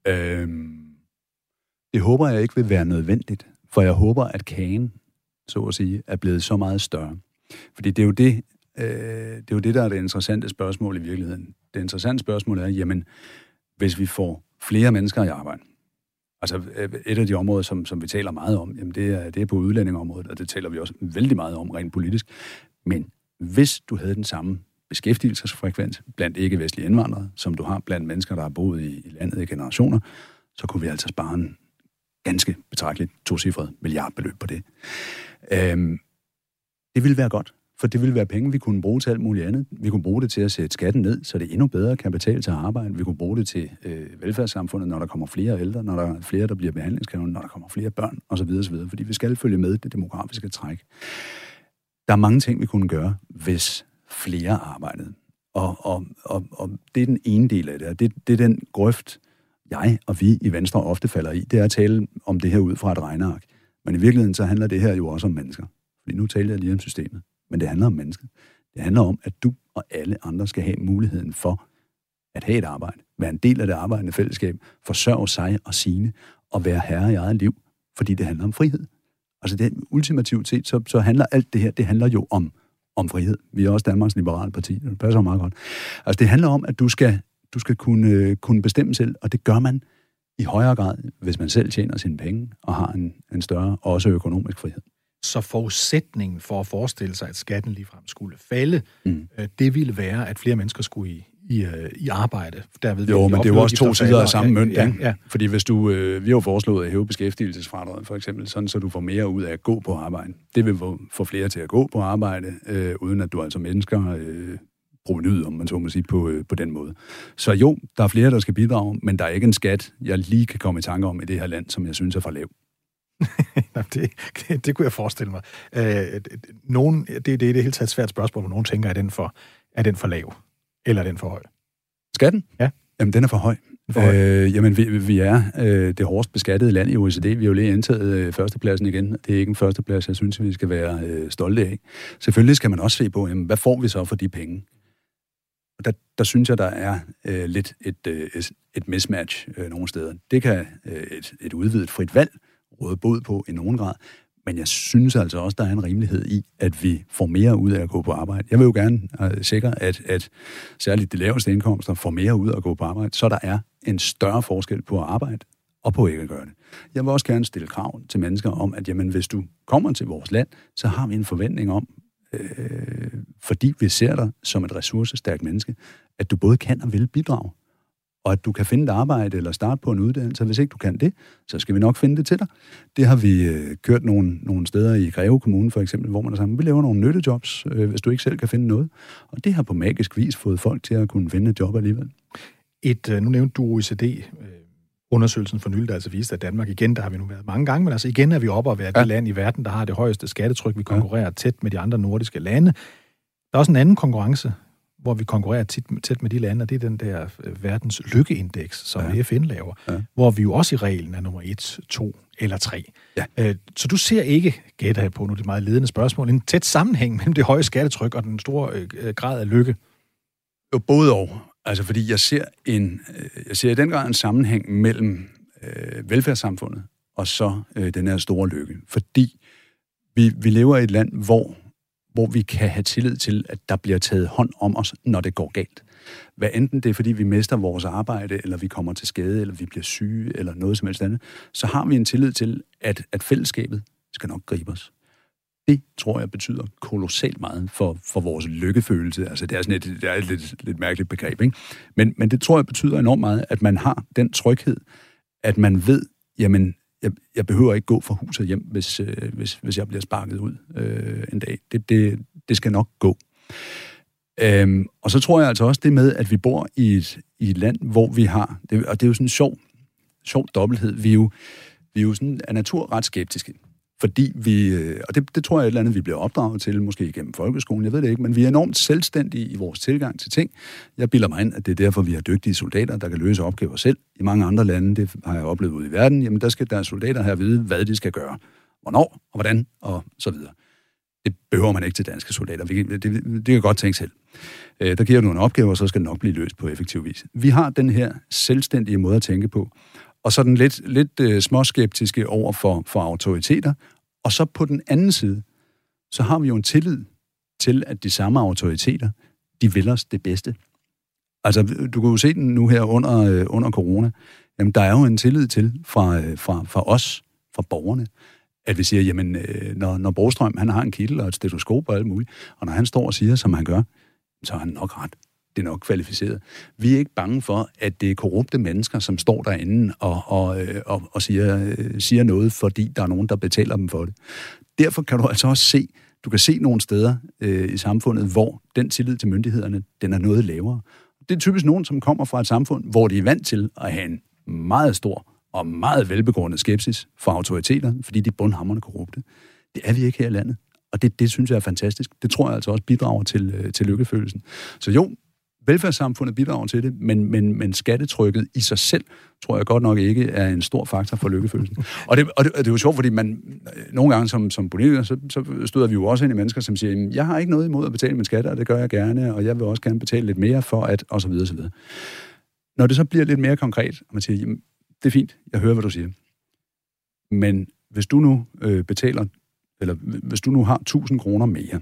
Det håber jeg ikke vil være nødvendigt, for jeg håber, at kagen, så at sige, er blevet så meget større. Fordi det er jo det, der er det interessante spørgsmål i virkeligheden. Det interessante spørgsmål er, jamen, hvis vi får flere mennesker i arbejde, altså et af de områder, som vi taler meget om, jamen det er på udlændingeområdet, og det taler vi også vældig meget om rent politisk. Men hvis du havde den samme beskæftigelsesfrekvens blandt ikke-vestlige indvandrere, som du har blandt mennesker, der har boet i landet i generationer, så kunne vi altså spare en ganske betragteligt tocifret milliardbeløb på det. Det ville være godt, for det ville være penge, vi kunne bruge til alt muligt andet. Vi kunne bruge det til at sætte skatten ned, så det endnu bedre kan betale til at arbejde. Vi kunne bruge det til velfærdssamfundet, når der kommer flere ældre, når der er flere, der bliver behandlingskrævende, når der kommer flere børn osv. osv. Fordi vi skal følge med det demografiske træk. Der er mange ting, vi kunne gøre, hvis flere arbejdede. Og det er den ene del af det. Det er den grøft, jeg og vi i Venstre ofte falder i. Det er at tale om det her ud fra et regneark. Men i virkeligheden så handler det her jo også om mennesker. Fordi nu taler jeg lige om systemet. Men det handler om mennesker. Det handler om, at du og alle andre skal have muligheden for at have et arbejde. Være en del af det arbejdende fællesskab. Forsørge sig og sine. Og være herre i eget liv. Fordi det handler om frihed. Altså det ultimativt set, så handler alt det her, det handler jo om frihed. Vi er også Danmarks Liberale Parti, det passer meget godt. Altså det handler om, at du skal kunne bestemme selv, og det gør man i højere grad, hvis man selv tjener sine penge og har en større, også økonomisk frihed. Så forudsætningen for at forestille sig, at skatten ligefrem skulle falde, det ville være, at flere mennesker skulle i arbejde. Derved jo, men det er jo også to sider af samme mønt. Ja. Fordi hvis vi har jo foreslået at hæve beskæftigelsesfradraget, for eksempel, sådan så du får mere ud af at gå på arbejde. Det vil få flere til at gå på arbejde, uden at du altså mennesker provenyet, om man så må sige, på den måde. Så jo, der er flere, der skal bidrage, men der er ikke en skat, jeg lige kan komme i tanke om i det her land, som jeg synes er for lav. det kunne jeg forestille mig. Det er det hele taget et svært spørgsmål, hvor nogen tænker, er den for lav? Eller er den for høj? Skatten? Ja. Jamen, den er for høj. Jamen, vi er det hårdest beskattede land i OECD. Vi har jo lige indtaget førstepladsen igen. Det er ikke en førsteplads, jeg synes, vi skal være stolte af. Selvfølgelig skal man også se på, jamen, hvad får vi så for de penge? Og der synes jeg, der er lidt et mismatch nogle steder. Det kan et udvidet frit valg råde bod på i nogen grad. Men jeg synes altså også, der er en rimelighed i, at vi får mere ud af at gå på arbejde. Jeg vil jo gerne sikre, at særligt de laveste indkomster får mere ud af at gå på arbejde, så der er en større forskel på at arbejde og på ikke at gøre det. Jeg vil også gerne stille krav til mennesker om, at jamen, hvis du kommer til vores land, så har vi en forventning om, fordi vi ser dig som et ressourcestærkt menneske, at du både kan og vil bidrage. Og at du kan finde et arbejde eller starte på en uddannelse. Hvis ikke du kan det, så skal vi nok finde det til dig. Det har vi kørt nogle steder i Greve Kommune for eksempel, hvor man er sammen. Vi laver nogle nyttejobs, hvis du ikke selv kan finde noget. Og det har på magisk vis fået folk til at kunne finde et job alligevel. Nu nævnte du OECD-undersøgelsen for nylig, der altså viste, at Danmark igen, der har vi nu været mange gange, men altså igen er vi oppe at være det land i verden, der har det højeste skattetryk. Vi konkurrerer tæt med de andre nordiske lande. Der er også en anden konkurrence, hvor vi konkurrerer tæt med de lande, og det er den der verdens lykkeindeks, som FN laver, hvor vi jo også i reglen er nummer 1, 2 eller 3. Ja. Så du ser ikke, gætter jeg på nu, det er meget ledende spørgsmål, en tæt sammenhæng mellem det høje skattetryk og den store grad af lykke? Jo, både og. Altså, fordi jeg ser i den grad en sammenhæng mellem velfærdssamfundet og så den her store lykke. Fordi vi lever i et land, hvor vi kan have tillid til, at der bliver taget hånd om os, når det går galt. Hvad enten det er, fordi vi mister vores arbejde, eller vi kommer til skade, eller vi bliver syge, eller noget som helst andet, så har vi en tillid til, at fællesskabet skal nok gribe os. Det tror jeg betyder kolossalt meget for vores lykkefølelse. Altså det er sådan et lidt mærkeligt begreb, ikke? Men det tror jeg betyder enormt meget, at man har den tryghed, at man ved, jamen, jeg behøver ikke gå fra hus og hjem, hvis jeg bliver sparket ud en dag. Det skal nok gå. Og så tror jeg altså også det med, at vi bor i et land, hvor vi har, og det er jo sådan en sjov dobbelthed, vi er jo sådan af natur ret skeptiske. Fordi vi, og det tror jeg er et eller andet, vi bliver opdraget til, måske igennem folkeskolen, jeg ved det ikke, men vi er enormt selvstændige i vores tilgang til ting. Jeg bilder mig ind, at det er derfor, vi har dygtige soldater, der kan løse opgaver selv. I mange andre lande, det har jeg oplevet ude i verden, jamen der skal deres soldater her vide, hvad de skal gøre. Hvornår, og hvordan, og så videre. Det behøver man ikke til danske soldater. Det kan godt tænke selv. Der giver du nogle opgaver, og så skal det nok blive løst på effektiv vis. Vi har den her selvstændige måde at tænke på, og så den lidt småskeptiske over for autoriteter. Og så på den anden side, så har vi jo en tillid til, at de samme autoriteter, de vil os det bedste. Altså, du kan jo se den nu her under corona. Jamen, der er jo en tillid til fra os, fra borgerne, at vi siger, jamen, når Brostrøm, han har en kittel og et stetoskop og alt muligt, og når han står og siger, som han gør, så har han nok ret. Det er nok kvalificeret. Vi er ikke bange for, at det er korrupte mennesker, som står derinde og siger noget, fordi der er nogen, der betaler dem for det. Derfor kan du altså også se nogle steder i samfundet, hvor den tillid til myndighederne, den er noget lavere. Det er typisk nogen, som kommer fra et samfund, hvor de er vant til at have en meget stor og meget velbegrundet skepsis for autoriteter, fordi de er bundhamrende korrupte. Det er vi ikke her i landet, og det synes jeg er fantastisk. Det tror jeg altså også bidrager til lykkefølelsen. Så jo, velfærdssamfundet bidrager til det, men skattetrykket i sig selv, tror jeg godt nok ikke er en stor faktor for lykkefølelsen. Og det er jo sjovt, fordi man nogle gange som politiker, så støder vi jo også ind i mennesker, som siger, jeg har ikke noget imod at betale min skatter, og det gør jeg gerne, og jeg vil også gerne betale lidt mere for at, og så videre, så videre. Når det så bliver lidt mere konkret, og man siger, jamen, det er fint, jeg hører, hvad du siger. Men hvis du nu betaler, eller hvis du nu har 1.000 kroner mere,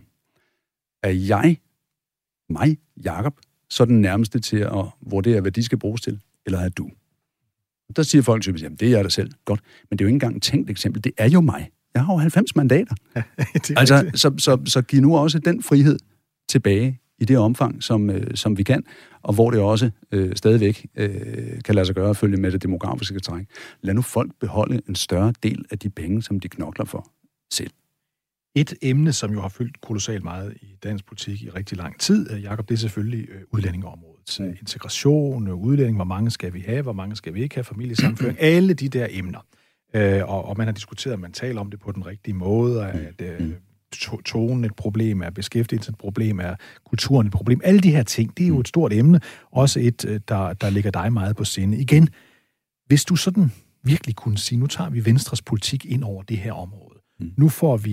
er mig, Jakob, så er den nærmeste til at vurdere, hvad de skal bruges til, eller er du? Der siger folk typisk, jamen det er jeg da selv. Godt, men det er jo ikke engang et tænkt eksempel. Det er jo mig. Jeg har jo 90 mandater. Altså, så giv nu også den frihed tilbage i det omfang, som vi kan, og hvor det også stadigvæk kan lade sig gøre at følge med det demografiske træk. Lad nu folk beholde en større del af de penge, som de knokler for selv. Et emne, som jo har fyldt kolossalt meget i dansk politik i rigtig lang tid, Jakob, det er selvfølgelig udlændingeområdet. Integration, udlænding, hvor mange skal vi have, hvor mange skal vi ikke have, familiesammenføring, alle de der emner. Og man har diskuteret, at man taler om det på den rigtige måde, at tonen et problem, er beskæftigelsen et problem, er kulturen et problem. Alle de her ting, det er jo et stort emne, også et, der ligger dig meget på sinde. Igen, hvis du sådan virkelig kunne sige, nu tager vi Venstres politik ind over det her område. Nu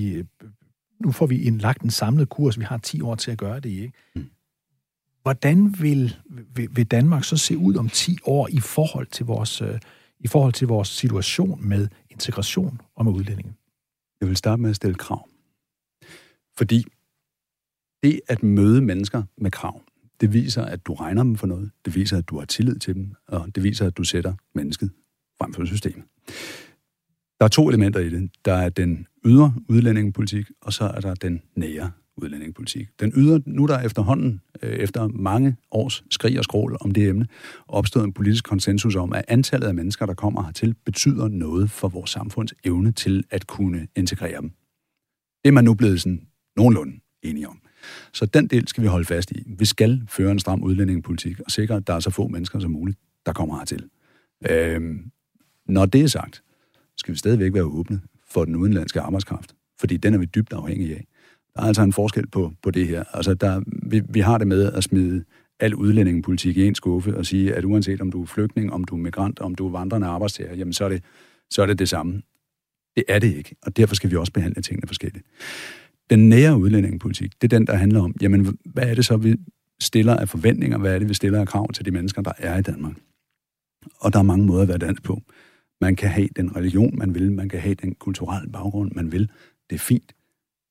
får vi lagt en samlet kurs. Vi har 10 år til at gøre det, ikke? Hvordan vil Danmark så se ud om 10 år i forhold til vores situation med integration og med udlændinge? Jeg vil starte med at stille krav. Fordi det at møde mennesker med krav, det viser, at du regner dem for noget. Det viser, at du har tillid til dem. Og det viser, at du sætter mennesket frem for systemet. Der er 2 elementer i det. Der er den ydre udlændingepolitik, og så er der den nære udlændingepolitik. Den ydre, nu der efterhånden, efter mange års skrig og skrål om det emne, opstået en politisk konsensus om, at antallet af mennesker, der kommer hertil, betyder noget for vores samfunds evne til at kunne integrere dem. Det er man nu blevet sådan nogenlunde enige om. Så den del skal vi holde fast i. Vi skal føre en stram udlændingepolitik og sikre, at der er så få mennesker som muligt, der kommer hertil. Når det er sagt, skal vi stadigvæk være åbne for den udenlandske arbejdskraft, fordi den er vi dybt afhængige af. Der er altså en forskel på det her. Altså, vi har det med at smide al udlændingepolitik i en skuffe og sige, at uanset om du er flygtning, om du er migrant, om du er vandrende arbejdstager, jamen så er det samme. Det er det ikke, og derfor skal vi også behandle tingene forskelligt. Den nære udlændingepolitik, det er den, der handler om, jamen, hvad er det så, vi stiller af forventninger, hvad er det, vi stiller af krav til de mennesker, der er i Danmark? Og der er mange måder at være dansk på. Man kan have den religion, man vil, man kan have den kulturelle baggrund, man vil. Det er fint.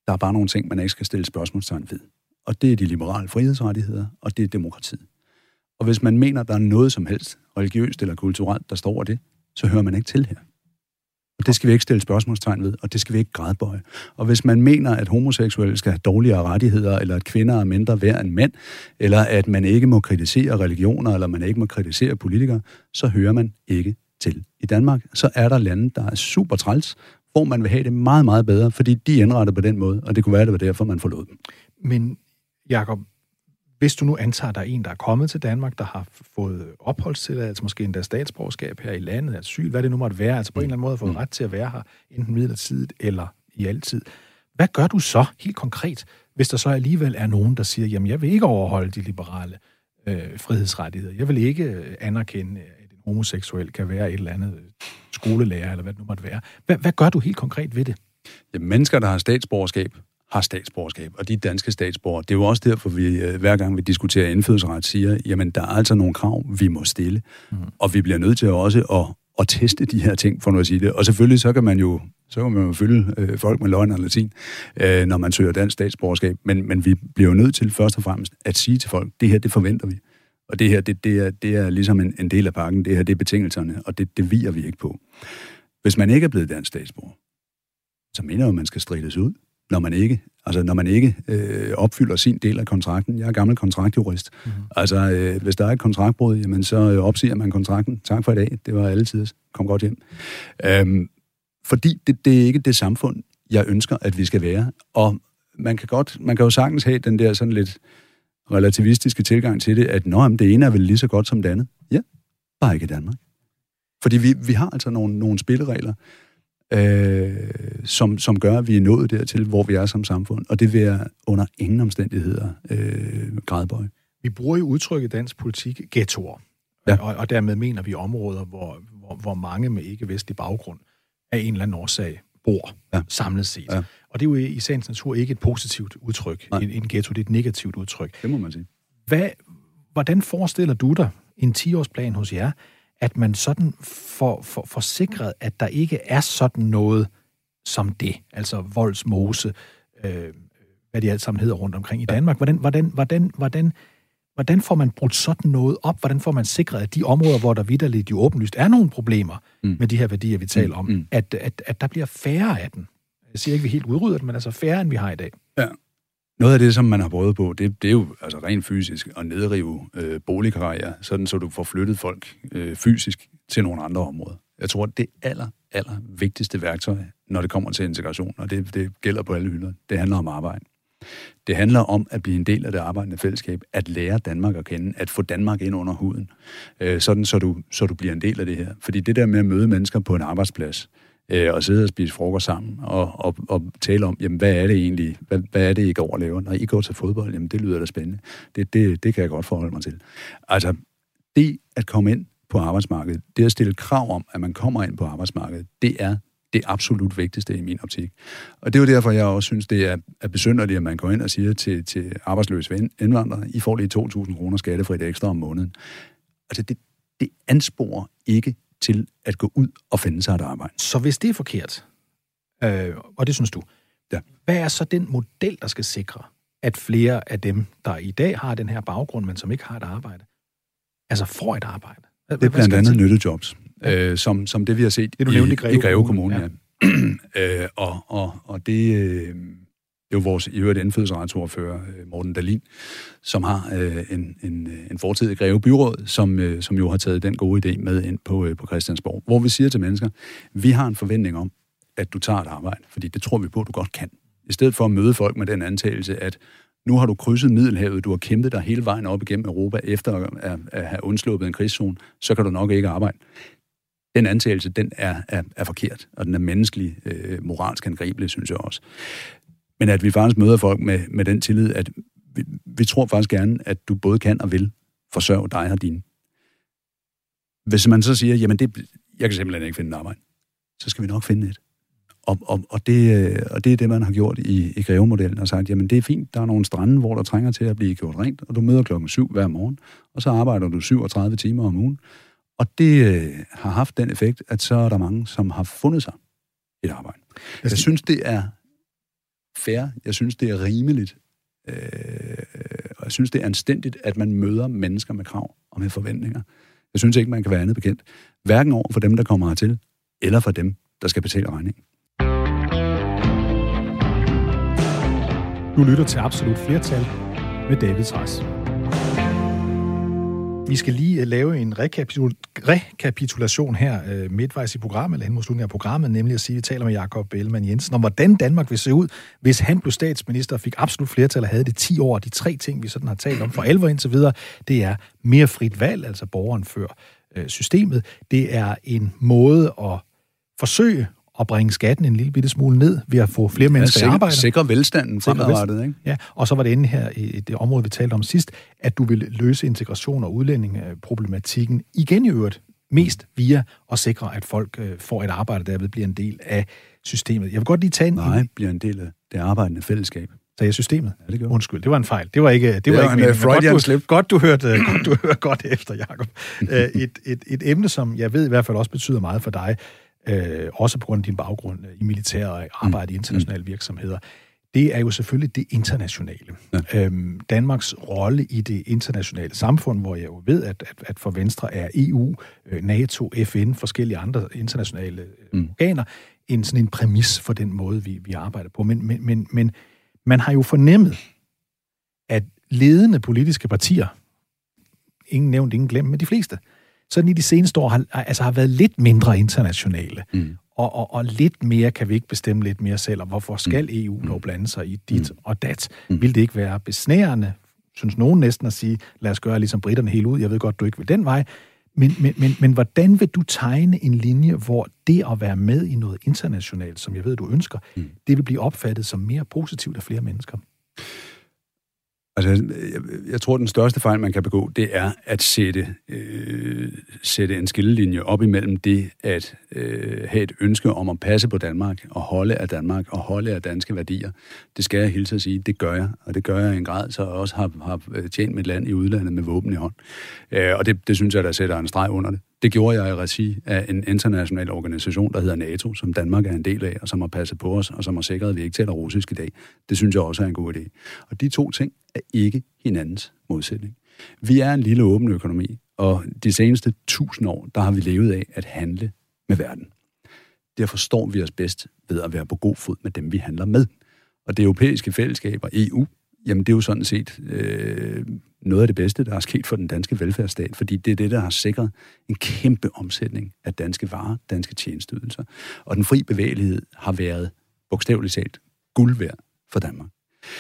Der er bare nogle ting, man ikke skal stille spørgsmålstegn ved. Og det er de liberale frihedsrettigheder, og det er demokratiet. Og hvis man mener, der er noget som helst religiøst eller kulturelt, der står over det, så hører man ikke til her. Og det skal vi ikke stille spørgsmålstegn ved, og det skal vi ikke gradbøje. Og hvis man mener, at homoseksuelle skal have dårligere rettigheder, eller at kvinder er mindre værd end mænd, eller at man ikke må kritisere religioner, eller man ikke må kritisere politikere, så hører man ikke til i Danmark. Så er der lande, der er super træls, hvor man vil have det meget, meget bedre, fordi de indretter på den måde, og det kunne være, det var derfor, man forlod dem. Men Jakob, hvis du nu antager, der er en, der er kommet til Danmark, der har fået opholdstilladelse, måske endda statsborgerskab her i landet, asyl, hvad det nu måtte være, altså på en eller anden måde har fået ret til at være her, enten midlertidigt eller i altid. Hvad gør du så helt konkret, hvis der så alligevel er nogen, der siger, jamen jeg vil ikke overholde de liberale frihedsrettigheder, jeg vil ikke anerkende, at en homoseksuel kan være et eller andet skolelærer, eller hvad det nu måtte være. Hvad gør du helt konkret ved det? Jamen, mennesker, der har statsborgerskab, og de danske statsborgere. Det er jo også derfor, vi hver gang vi diskuterer indfødsret, siger, jamen der er altså nogle krav, vi må stille, og vi bliver nødt til også at teste de her ting, for nu at sige det. Og selvfølgelig så kan man jo fylde folk med løgn og latin, når man søger dansk statsborgerskab, men vi bliver jo nødt til først og fremmest at sige til folk, det her, det forventer vi. Og det her, det er ligesom en del af pakken, det her, det er betingelserne, og det viger vi ikke på. Hvis man ikke er blevet dansk statsborger, så mener jeg, at man skal strides ud. Når man ikke opfylder sin del af kontrakten. Jeg er gammel kontraktjurist. Altså, hvis der er et kontraktbrud, jamen, så opsiger man kontrakten. Tak for i dag. Det var alle tider. Kom godt hjem. Fordi det er ikke det samfund, jeg ønsker, at vi skal være. Og man kan jo sagtens have den der sådan lidt relativistiske tilgang til det, at det ene er vel lige så godt som det andet. Ja, bare ikke i Danmark. Fordi vi har altså nogle spilleregler, som gør, at vi er nået dertil, hvor vi er som samfund. Og det vil jeg under ingen omstændigheder gradbøje. Vi bruger jo udtrykket i dansk politik ghettoer. Ja. Og dermed mener vi områder, hvor mange med ikke-vestlig baggrund af en eller anden årsag bor samlet set. Ja. Og det er jo i sagens natur ikke et positivt udtryk. En ghetto, det er et negativt udtryk. Det må man sige. Hvordan forestiller du dig en 10-årsplan hos jer, at man sådan får sikret, at der ikke er sådan noget som det, altså Voldsmose, hvad de alt sammen hedder rundt omkring i Danmark. Hvordan får man brudt sådan noget op? Hvordan får man sikret, at de områder, hvor der vitterligt jo åbenlyst er nogle problemer med de her værdier, vi taler om, at der bliver færre af den? Jeg siger ikke, vi helt udrydder den, men altså færre, end vi har i dag. Ja. Noget af det, som man har prøvet på, det er jo altså rent fysisk at nedrive boligkarriere, sådan så du får flyttet folk fysisk til nogle andre områder. Jeg tror, at det aller vigtigste værktøj, når det kommer til integration, og det gælder på alle hylder, det handler om arbejde. Det handler om at blive en del af det arbejdende fællesskab, at lære Danmark at kende, at få Danmark ind under huden, sådan så du bliver en del af det her. Fordi det der med at møde mennesker på en arbejdsplads, og sidde og spise frokost sammen, og tale om, jamen, hvad er det egentlig, hvad er det, I går og laver? Når I går til fodbold, jamen, det lyder da spændende. Det kan jeg godt forholde mig til. Altså, det at komme ind på arbejdsmarkedet, det at stille krav om, at man kommer ind på arbejdsmarkedet, det er det absolut vigtigste i min optik. Og det er jo derfor, jeg også synes, det er besynderligt, at man går ind og siger til arbejdsløse indvandrere, I får lige 2.000 kroner skattefrit ekstra om måneden. Altså, det ansporer ikke til at gå ud og finde sig et arbejde. Så hvis det er forkert, og det synes du, hvad er så den model, der skal sikre, at flere af dem, der i dag har den her baggrund, men som ikke har et arbejde, altså får et arbejde? Det er blandt andet nyttejobs, som det vi har set i Greve Kommune. Ja. Og det er jo vores i øvrigt indfødsretsordfører, Morten Dahlin, som har en fortid i Greve Byråd, som jo har taget den gode idé med ind på Christiansborg, hvor vi siger til mennesker, vi har en forventning om, at du tager et arbejde, fordi det tror vi på, at du godt kan. I stedet for at møde folk med den antagelse, at nu har du krydset Middelhavet, du har kæmpet dig hele vejen op igennem Europa, efter at have undsluppet en krigszone, så kan du nok ikke arbejde. Den antagelse, den er forkert, og den er menneskelig, moralsk angribelig, synes jeg også. Men at vi faktisk møder folk med den tillid, at vi tror faktisk gerne, at du både kan og vil forsørge dig og dine. Hvis man så siger, jamen jeg kan simpelthen ikke finde et arbejde, så skal vi nok finde et. Og det er det, man har gjort i Greve-modellen, og sagt, jamen det er fint, der er nogle strande, hvor der trænger til at blive gjort rent, og du møder 7:00 hver morgen, og så arbejder du 37 timer om ugen. Og det har haft den effekt, at så er der mange, som har fundet sig et arbejde. Jeg synes, det er fair. Jeg synes, det er rimeligt. Og jeg synes, det er anstændigt, at man møder mennesker med krav og med forventninger. Jeg synes ikke, man kan være andet bekendt. Hverken over for dem, der kommer hertil, eller for dem, der skal betale regningen. Du lytter til Absolut Flertal med David Trads. Vi skal lige lave en rekapitulation her midtvejs i programmet, eller hen mod slutningen af programmet, nemlig at sige, at vi taler med Jakob Ellemann-Jensen om, hvordan Danmark vil se ud, hvis han blev statsminister og fik absolut flertal og havde det 10 år. De 3 ting, vi sådan har talt om for alvor indtil videre, det er mere frit valg, altså borgeren før systemet. Det er en måde at forsøge at bringe skatten en lille bitte smule ned ved at få flere mennesker i arbejde. Sikre velstanden fremadrettet, ikke? Ja, og så var det inde her i det område, vi talte om sidst, at du vil løse integration og udlændingeproblematikken igen i øvrigt, mest via at sikre, at folk får et arbejde, der derved bliver en del af systemet. Jeg vil godt lige tage bliver en del af det arbejdende fællesskab. Sagde systemet? Ja, det undskyld, det var en fejl. Det var ikke en Freudian slip. Godt du hørte godt efter, Jakob. Et emne, som jeg ved i hvert fald også betyder meget for dig, også på grund af din baggrund i militær og arbejde i internationale virksomheder, det er jo selvfølgelig det internationale. Ja. Danmarks rolle i det internationale samfund, hvor jeg jo ved, at for Venstre er EU, NATO, FN, forskellige andre internationale organer, sådan en præmis for den måde, vi arbejder på. Men man har jo fornemmet, at ledende politiske partier, ingen nævnt, ingen glemt, men de fleste, sådan i de seneste år har været lidt mindre internationale. Og lidt mere kan vi ikke bestemme lidt mere selv, og hvorfor skal EU dog blande sig i dit og dat? Vil det ikke være besnærende, synes nogen næsten at sige, lad os gøre ligesom britterne helt ud, jeg ved godt, du ikke vil den vej, men hvordan vil du tegne en linje, hvor det at være med i noget internationalt, som jeg ved, du ønsker, det vil blive opfattet som mere positivt af flere mennesker? Altså, jeg tror, den største fejl, man kan begå, det er at sætte en skillelinje op imellem det at have et ønske om at passe på Danmark og holde af Danmark og holde af danske værdier. Det skal jeg hilse at sige, det gør jeg, og det gør jeg i en grad, så jeg også har tjent mit land i udlandet med våben i hånd. Og det synes jeg, der sætter en streg under det. Det gjorde jeg i regi af en international organisation, der hedder NATO, som Danmark er en del af, og som har passet på os, og som har sikret, at vi ikke taler russisk i dag. Det synes jeg også er en god idé. Og de 2 ting er ikke hinandens modsætning. Vi er en lille åben økonomi, og de seneste 1000 år, der har vi levet af at handle med verden. Derfor står vi os bedst ved at være på god fod med dem, vi handler med. Og det europæiske fællesskab og EU, jamen det er jo sådan set noget af det bedste, der er sket for den danske velfærdsstat, fordi det er det, der har sikret en kæmpe omsætning af danske varer, danske tjenesteydelser. Og den fri bevægelighed har været bogstaveligt talt guld værd for Danmark.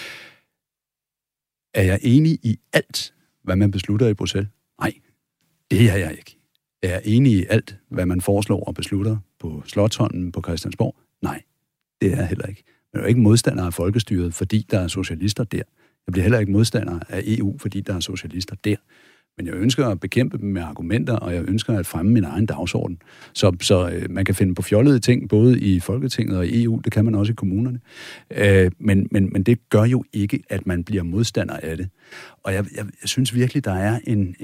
Er jeg enig i alt, hvad man beslutter i Bruxelles? Nej, det er jeg ikke. Er jeg enig i alt, hvad man foreslår og beslutter på Slotsholmen på Christiansborg? Nej, det er jeg heller ikke. Men jeg er ikke modstander af folkestyret, fordi der er socialister der. Jeg bliver heller ikke modstander af EU, fordi der er socialister der. Men jeg ønsker at bekæmpe dem med argumenter, og jeg ønsker at fremme min egen dagsorden. Så man kan finde på fjollede ting, både i Folketinget og i EU, det kan man også i kommunerne. Men det gør jo ikke, at man bliver modstander af det. Og jeg synes virkelig, der er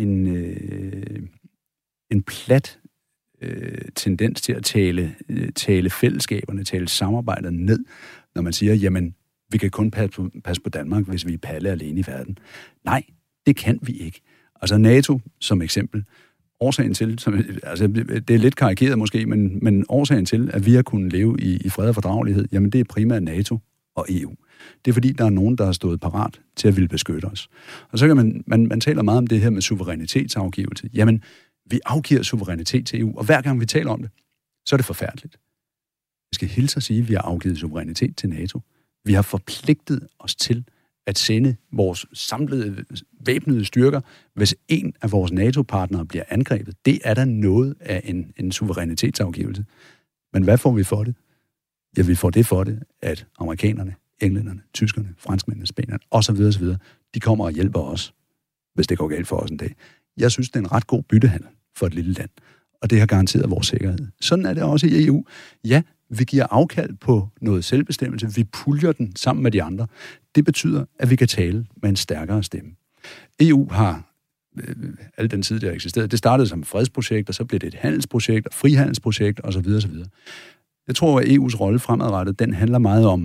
en plat tendens til at tale fællesskaberne, tale samarbejdet ned, når man siger, jamen, vi kan kun passe på Danmark, hvis vi er palle alene i verden. Nej, det kan vi ikke. Altså NATO som eksempel. Årsagen til, det er lidt karikeret måske, men årsagen til, at vi har kunnet leve i fred og fordragelighed, jamen det er primært NATO og EU. Det er fordi, der er nogen, der har stået parat til at ville beskytte os. Og så kan man taler meget om det her med suverænitetsafgivelse. Jamen, vi afgiver suverænitet til EU, og hver gang vi taler om det, så er det forfærdeligt. Jeg skal hilse at sige, at vi har afgivet suverænitet til NATO. Vi har forpligtet os til at sende vores samlede væbnede styrker, hvis en af vores NATO-partnere bliver angrebet. Det er da noget af en suverænitetsafgivelse. Men hvad får vi for det? Ja, vi får det for det, at amerikanerne, englænderne, tyskerne, franskmændene, spanierne osv., de kommer og hjælper os, hvis det går galt for os en dag. Jeg synes, det er en ret god byttehandel for et lille land, og det har garanteret vores sikkerhed. Sådan er det også i EU. Ja, vi giver afkald på noget selvbestemmelse, vi puljer den sammen med de andre. Det betyder, at vi kan tale med en stærkere stemme. EU har al den tid, der har eksisteret, det startede som et fredsprojekt, og så blev det et handelsprojekt, og frihandelsprojekt, osv. Jeg tror, at EU's rolle fremadrettet, den handler meget om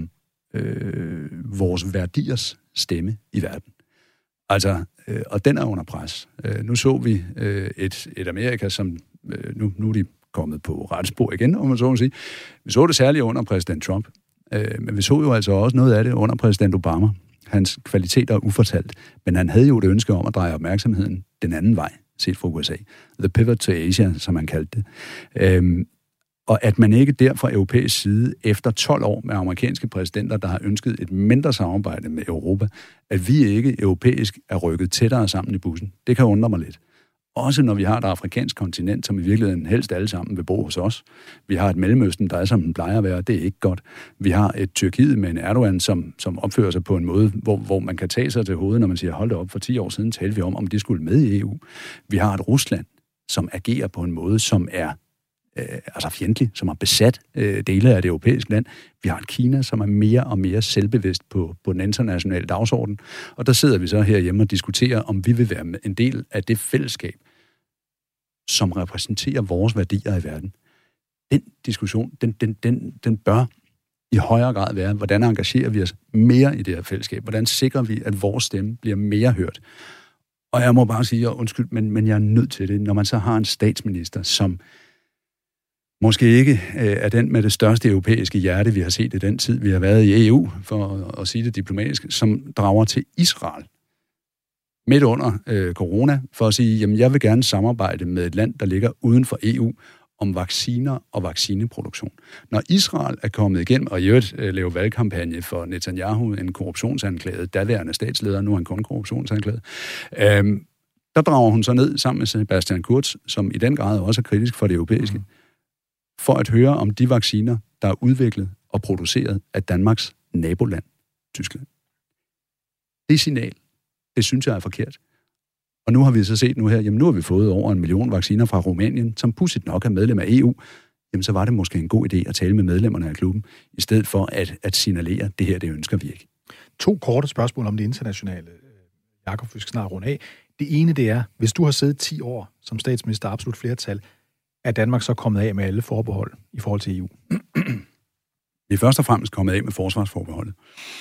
vores værdiers stemme i verden. Altså, og den er under pres. Nu så vi et Amerika, som nu er de kommet på ret spor igen, om man så må sige. Vi så det særligt under præsident Trump, men vi så jo altså også noget af det under præsident Obama. Hans kvaliteter er ufortalt, men han havde jo et ønske om at dreje opmærksomheden den anden vej, set fra USA. The pivot to Asia, som man kaldte det. Og at man ikke der fra europæisk side, efter 12 år med amerikanske præsidenter, der har ønsket et mindre samarbejde med Europa, at vi ikke europæisk er rykket tættere sammen i bussen. Det kan undre mig lidt. Også når vi har et afrikansk kontinent, som i virkeligheden helst alle sammen vil bo hos os. Vi har et Mellemøsten, der er som den plejer at være, det er ikke godt. Vi har et Tyrkiet med en Erdogan, som opfører sig på en måde, hvor man kan tage sig til hovedet, når man siger, hold da op, for 10 år siden talte vi om de skulle med i EU. Vi har et Rusland, som agerer på en måde, som er fjendtlig, som har besat dele af det europæiske land. Vi har et Kina, som er mere og mere selvbevidst på den internationale dagsorden. Og der sidder vi så herhjemme og diskuterer, om vi vil være en del af det fællesskab, som repræsenterer vores værdier i verden. Den diskussion, den bør i højere grad være, hvordan engagerer vi os mere i det her fællesskab? Hvordan sikrer vi, at vores stemme bliver mere hørt? Og jeg må bare sige, undskyld, men jeg er nødt til det, når man så har en statsminister, som måske ikke er den med det største europæiske hjerte, vi har set i den tid, vi har været i EU, for at sige det diplomatisk, som drager til Israel midt under corona, for at sige, jamen jeg vil gerne samarbejde med et land, der ligger uden for EU, om vacciner og vaccineproduktion. Når Israel er kommet igennem, og i øvrigt laver valgkampagne for Netanyahu, en korruptionsanklaget, daværende statsleder, nu er han kun korruptionsanklaget, der drager hun så ned sammen med Sebastian Kurz, som i den grad også er kritisk for det europæiske, for at høre om de vacciner, der er udviklet og produceret af Danmarks naboland, Tyskland. Det signal, det synes jeg er forkert. Og nu har vi så set jamen nu har vi fået over 1 million vacciner fra Rumænien, som pudsigt nok er medlem af EU. Jamen så var det måske en god idé at tale med medlemmerne af klubben, i stedet for at signalere, det her, det ønsker vi ikke. 2 korte spørgsmål om det internationale. Jakob, vi skal snart runde af. Det ene, det er, hvis du har siddet 10 år som statsminister, absolut flertal, er Danmark så kommet af med alle forbehold i forhold til EU? Vi er først og fremmest kommet af med forsvarsforbeholdet.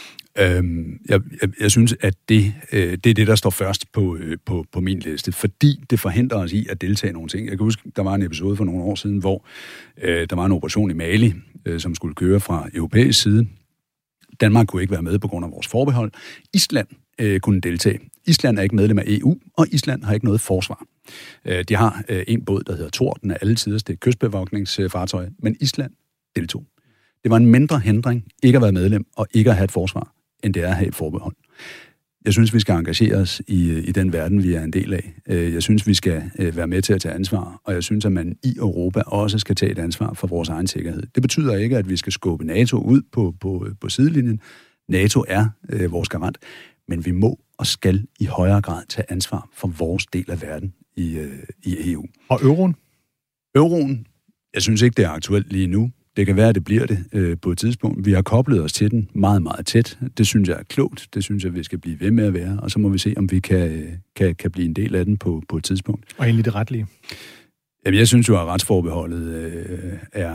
Jeg synes, at det er det, der står først på min liste, fordi det forhindrer os i at deltage i nogle ting. Jeg kan huske, der var en episode for nogle år siden, hvor der var en operation i Mali, som skulle køre fra europæisk side. Danmark kunne ikke være med på grund af vores forbehold. Island kunne deltage. Island er ikke medlem af EU, og Island har ikke noget forsvar. De har en båd, der hedder Thor, den er alle tiders, det er kystbevogtningsfartøj, men Island deltog. Det var en mindre hindring ikke at være medlem og ikke at have et forsvar, end det er at have et forbehold. Jeg synes, vi skal engagere os i den verden, vi er en del af. Jeg synes, vi skal være med til at tage ansvar, og jeg synes, at man i Europa også skal tage et ansvar for vores egen sikkerhed. Det betyder ikke, at vi skal skubbe NATO ud på sidelinjen. NATO er vores garant, men vi må og skal i højere grad tage ansvar for vores del af verden i EU. Og euroen? Euroen, jeg synes ikke, det er aktuelt lige nu. Det kan være, at det bliver det på et tidspunkt. Vi har koblet os til den meget, meget tæt. Det synes jeg er klogt. Det synes jeg, vi skal blive ved med at være. Og så må vi se, om vi kan blive en del af den på et tidspunkt. Og egentlig det retlige? Jamen, jeg synes jo, at retsforbeholdet er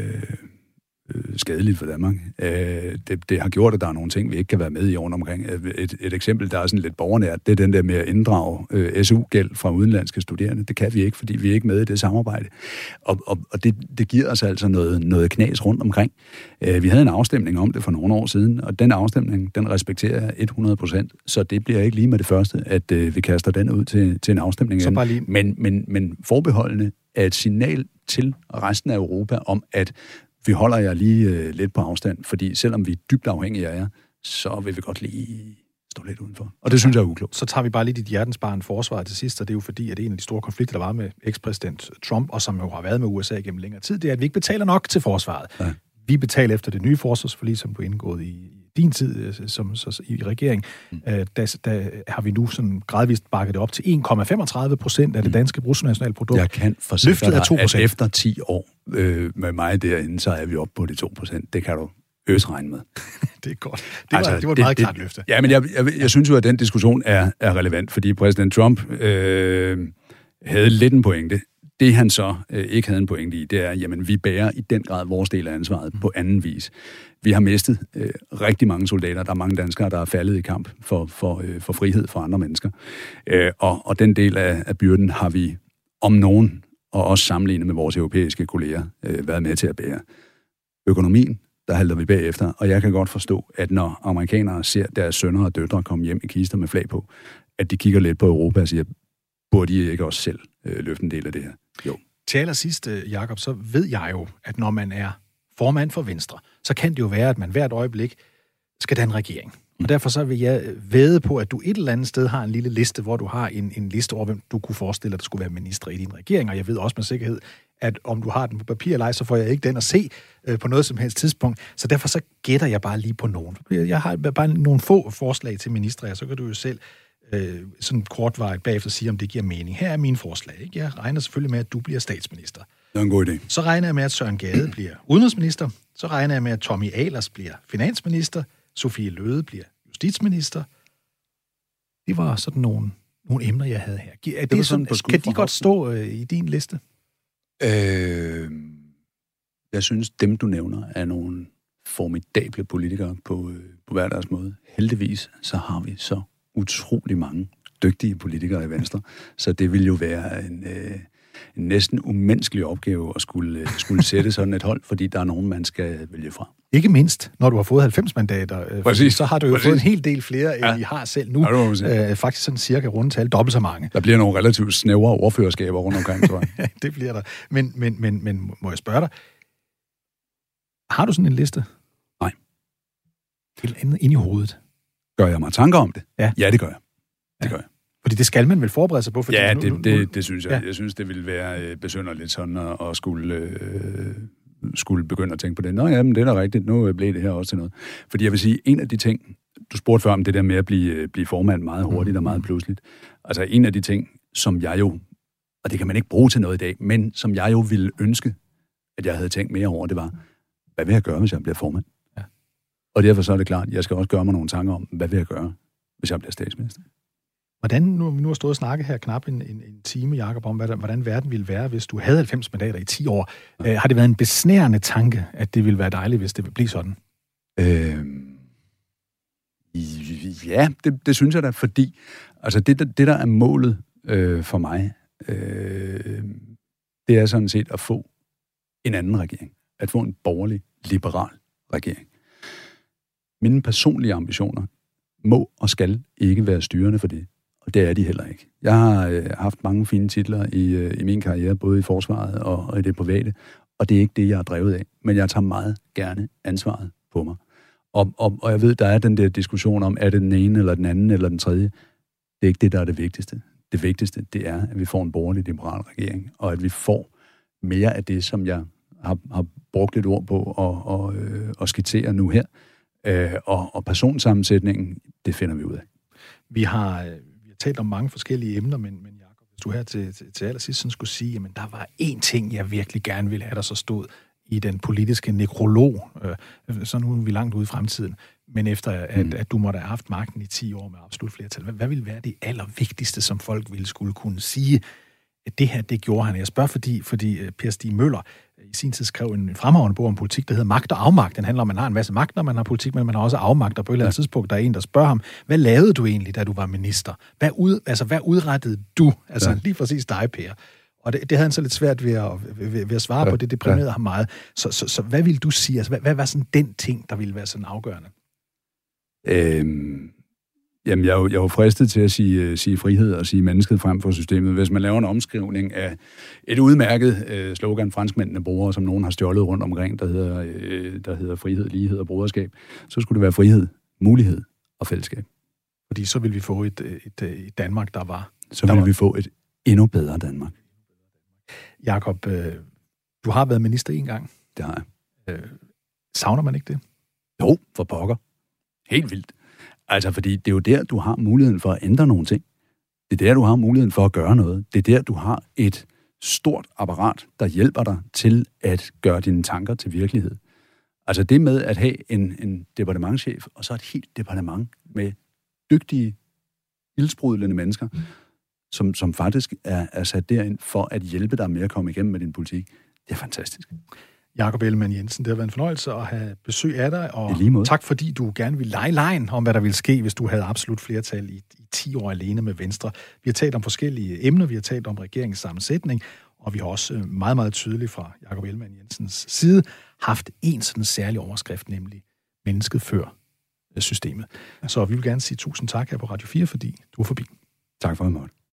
skadeligt for Danmark. Det har gjort, at der er nogle ting, vi ikke kan være med i rundt omkring. Et eksempel, der er sådan lidt borgernært, det er den der med at inddrage SU-gæld fra udenlandske studerende. Det kan vi ikke, fordi vi er ikke med i det samarbejde. Og det giver os altså noget knas rundt omkring. Vi havde en afstemning om det for nogle år siden, og den afstemning, den respekterer jeg 100%, så det bliver ikke lige med det første, at vi kaster den ud til en afstemning. Så bare lige. Men forbeholdene er et signal til resten af Europa om, at vi holder jer lige lidt på afstand, fordi selvom vi er dybt afhængige af jer, så vil vi godt lige stå lidt udenfor. Og det synes jeg er uklogt. Så tager vi bare lige dit hjertensbarn forsvaret til sidst, og det er jo fordi, at en af de store konflikter, der var med ekspræsident Trump, og som jo har været med USA gennem længere tid, det er, at vi ikke betaler nok til forsvaret. Ja. Vi betaler efter det nye forsvarsforlig, som blev indgået i din tid i regering. Der har vi nu sådan gradvist bakket det op til 1,35% af det danske bruttonationalprodukt. Jeg kan forsikre dig, at efter 10 år med mig derinde, så er vi oppe på de 2%. Det kan du regne med. Det er godt. Det var et meget klart løfte. Ja, men jeg synes jo, at den diskussion er relevant, fordi præsident Trump havde lidt en pointe. Det han så ikke havde en pointe i, det er, jamen vi bærer i den grad vores del af ansvaret på anden vis. Vi har mistet rigtig mange soldater. Der er mange danskere, der er faldet i kamp for frihed for andre mennesker. Og den del af byrden har vi om nogen, og også sammenlignet med vores europæiske kolleger, været med til at bære. Økonomien, der halter vi bagefter, og jeg kan godt forstå, at når amerikanere ser deres sønner og døtre komme hjem i kister med flag på, at de kigger lidt på Europa og siger, burde de ikke også selv løfte en del af det her? Jo. Til allersidst, Jakob, så ved jeg jo, at når man er formand for Venstre, så kan det jo være, at man hvert øjeblik skal danne regering. Og derfor så vil jeg vædde på, at du et eller andet sted har en lille liste, hvor du har en liste over, hvem du kunne forestille dig, der skulle være minister i din regering. Og jeg ved også med sikkerhed, at om du har den på papir eller ej, så får jeg ikke den at se på noget som helst tidspunkt. Så derfor så gætter jeg bare lige på nogen. Jeg har bare nogle få forslag til ministre, så kan du jo selv sådan kortvarigt bagefter sige, om det giver mening. Her er mine forslag. Ikke? Jeg regner selvfølgelig med, at du bliver statsminister. Det er en god idé. Så regner jeg med, at Søren Gade bliver udenrigsminister. Så regner jeg med, at Tommy Ahlers bliver finansminister. Sofie Løhde bliver justitsminister. Det var sådan nogle emner, jeg havde her. Er det sådan, kan de godt stå i din liste? Jeg synes, dem du nævner er nogle formidable politikere på hver deres måde. Heldigvis så har vi så utrolig mange dygtige politikere i Venstre, så det vil jo være en næsten umenneskelig opgave at skulle sætte sådan et hold, fordi der er nogen, man skal vælge fra. Ikke mindst, når du har fået 90 mandater, så har du jo fået en hel del flere, end vi har selv nu. Faktisk sådan cirka rundtal dobbelt så mange. Der bliver nogle relativt snævre ordførerskaber rundt omkring, tror jeg. Det bliver der. Men må jeg spørge dig, har du sådan en liste? Nej. Helt andet ind i hovedet. Gør jeg mig tanker om det? Ja, det gør jeg. Det gør jeg. Fordi det skal man vel forberede sig på? Fordi ja, det synes jeg. Ja. Jeg synes, det ville være besynderligt sådan at skulle begynde at tænke på det. Nå ja, men det er da rigtigt. Nu blev det her også til noget. Fordi jeg vil sige, en af de ting, du spurgte før om det der med at blive formand meget hurtigt og meget pludseligt. Altså en af de ting, som jeg jo, og det kan man ikke bruge til noget i dag, men som jeg jo ville ønske, at jeg havde tænkt mere over, det var, hvad vil jeg gøre, hvis jeg bliver formand? Ja. Og derfor så er det klart, jeg skal også gøre mig nogle tanker om, hvad vil jeg gøre, hvis jeg bliver statsminister? Hvordan, nu har stået og snakket her knap en time, Jakob, om hvordan verden ville være, hvis du havde 90 mandater i 10 år. Ja. Har det været en besnærende tanke, at det ville være dejligt, hvis det ville blive sådan? Ja, det synes jeg da, fordi altså det der er målet for mig, det er sådan set at få en anden regering. At få en borgerlig, liberal regering. Mine personlige ambitioner må og skal ikke være styrende for det. Og det er de heller ikke. Jeg har haft mange fine titler i min karriere, både i forsvaret og i det private, og det er ikke det, jeg er drevet af. Men jeg tager meget gerne ansvaret på mig. Og jeg ved, der er den der diskussion om, er det den ene, eller den anden, eller den tredje. Det er ikke det, der er det vigtigste. Det vigtigste, det er, at vi får en borgerlig liberal regering, og at vi får mere af det, som jeg har brugt et ord på og skitsere nu her. Og personsammensætningen, det finder vi ud af. Vi har talt om mange forskellige emner, men Jakob, hvis du her til allersidst sådan skulle sige, jamen der var én ting, jeg virkelig gerne ville have, der så stod i den politiske nekrolog, så nu er vi langt ude i fremtiden, men efter at du måtte have haft magten i 10 år med absolut flertal, hvad ville være det allervigtigste, som folk ville skulle kunne sige, at det her, det gjorde han? Jeg spørger, fordi Per Stig Møller i sin tid skrev en fremragende bog om politik, der hedder Magt og Afmagt. Den handler om, at man har en masse magt, når man har politik, men man har også afmagt, og på et eller andet tidspunkt, der er en, der spørger ham, hvad lavede du egentlig, da du var minister? Hvad udrettede du? Altså lige præcis dig, Per. Og det havde han så lidt svært ved at svare på, det deprimerede ham meget. Så hvad ville du sige? Altså, hvad var sådan den ting, der ville være sådan afgørende? Jamen, jeg er jo fristet til at sige frihed og sige mennesket frem for systemet. Hvis man laver en omskrivning af et udmærket slogan, franskmændene bruger, som nogen har stjålet rundt omkring, der hedder frihed, lighed og broderskab, så skulle det være frihed, mulighed og fællesskab. Fordi så vil vi få et Danmark, der var... Så vil vi få et endnu bedre Danmark. Jakob, du har været minister en gang. Det har jeg. Savner man ikke det? Jo, for pokker. Helt vildt. Altså, fordi det er jo der, du har muligheden for at ændre nogle ting. Det er der, du har muligheden for at gøre noget. Det er der, du har et stort apparat, der hjælper dig til at gøre dine tanker til virkelighed. Altså det med at have en departementschef, og så et helt departement med dygtige, ildsprudlende mennesker, som faktisk er sat derind for at hjælpe dig med at komme igennem med din politik. Det er fantastisk. Jakob Ellemann-Jensen, det har været en fornøjelse at have besøg af dig, og tak fordi du gerne vil lege lejen om, hvad der ville ske, hvis du havde absolut flertal i 10 år alene med Venstre. Vi har talt om forskellige emner, vi har talt om regeringens sammensætning, og vi har også meget, meget tydeligt fra Jakob Ellemann-Jensens side haft en sådan særlig overskrift, nemlig mennesket før systemet. Så vi vil gerne sige tusind tak her på Radio 4, fordi du er forbi. Tak for det, Morten.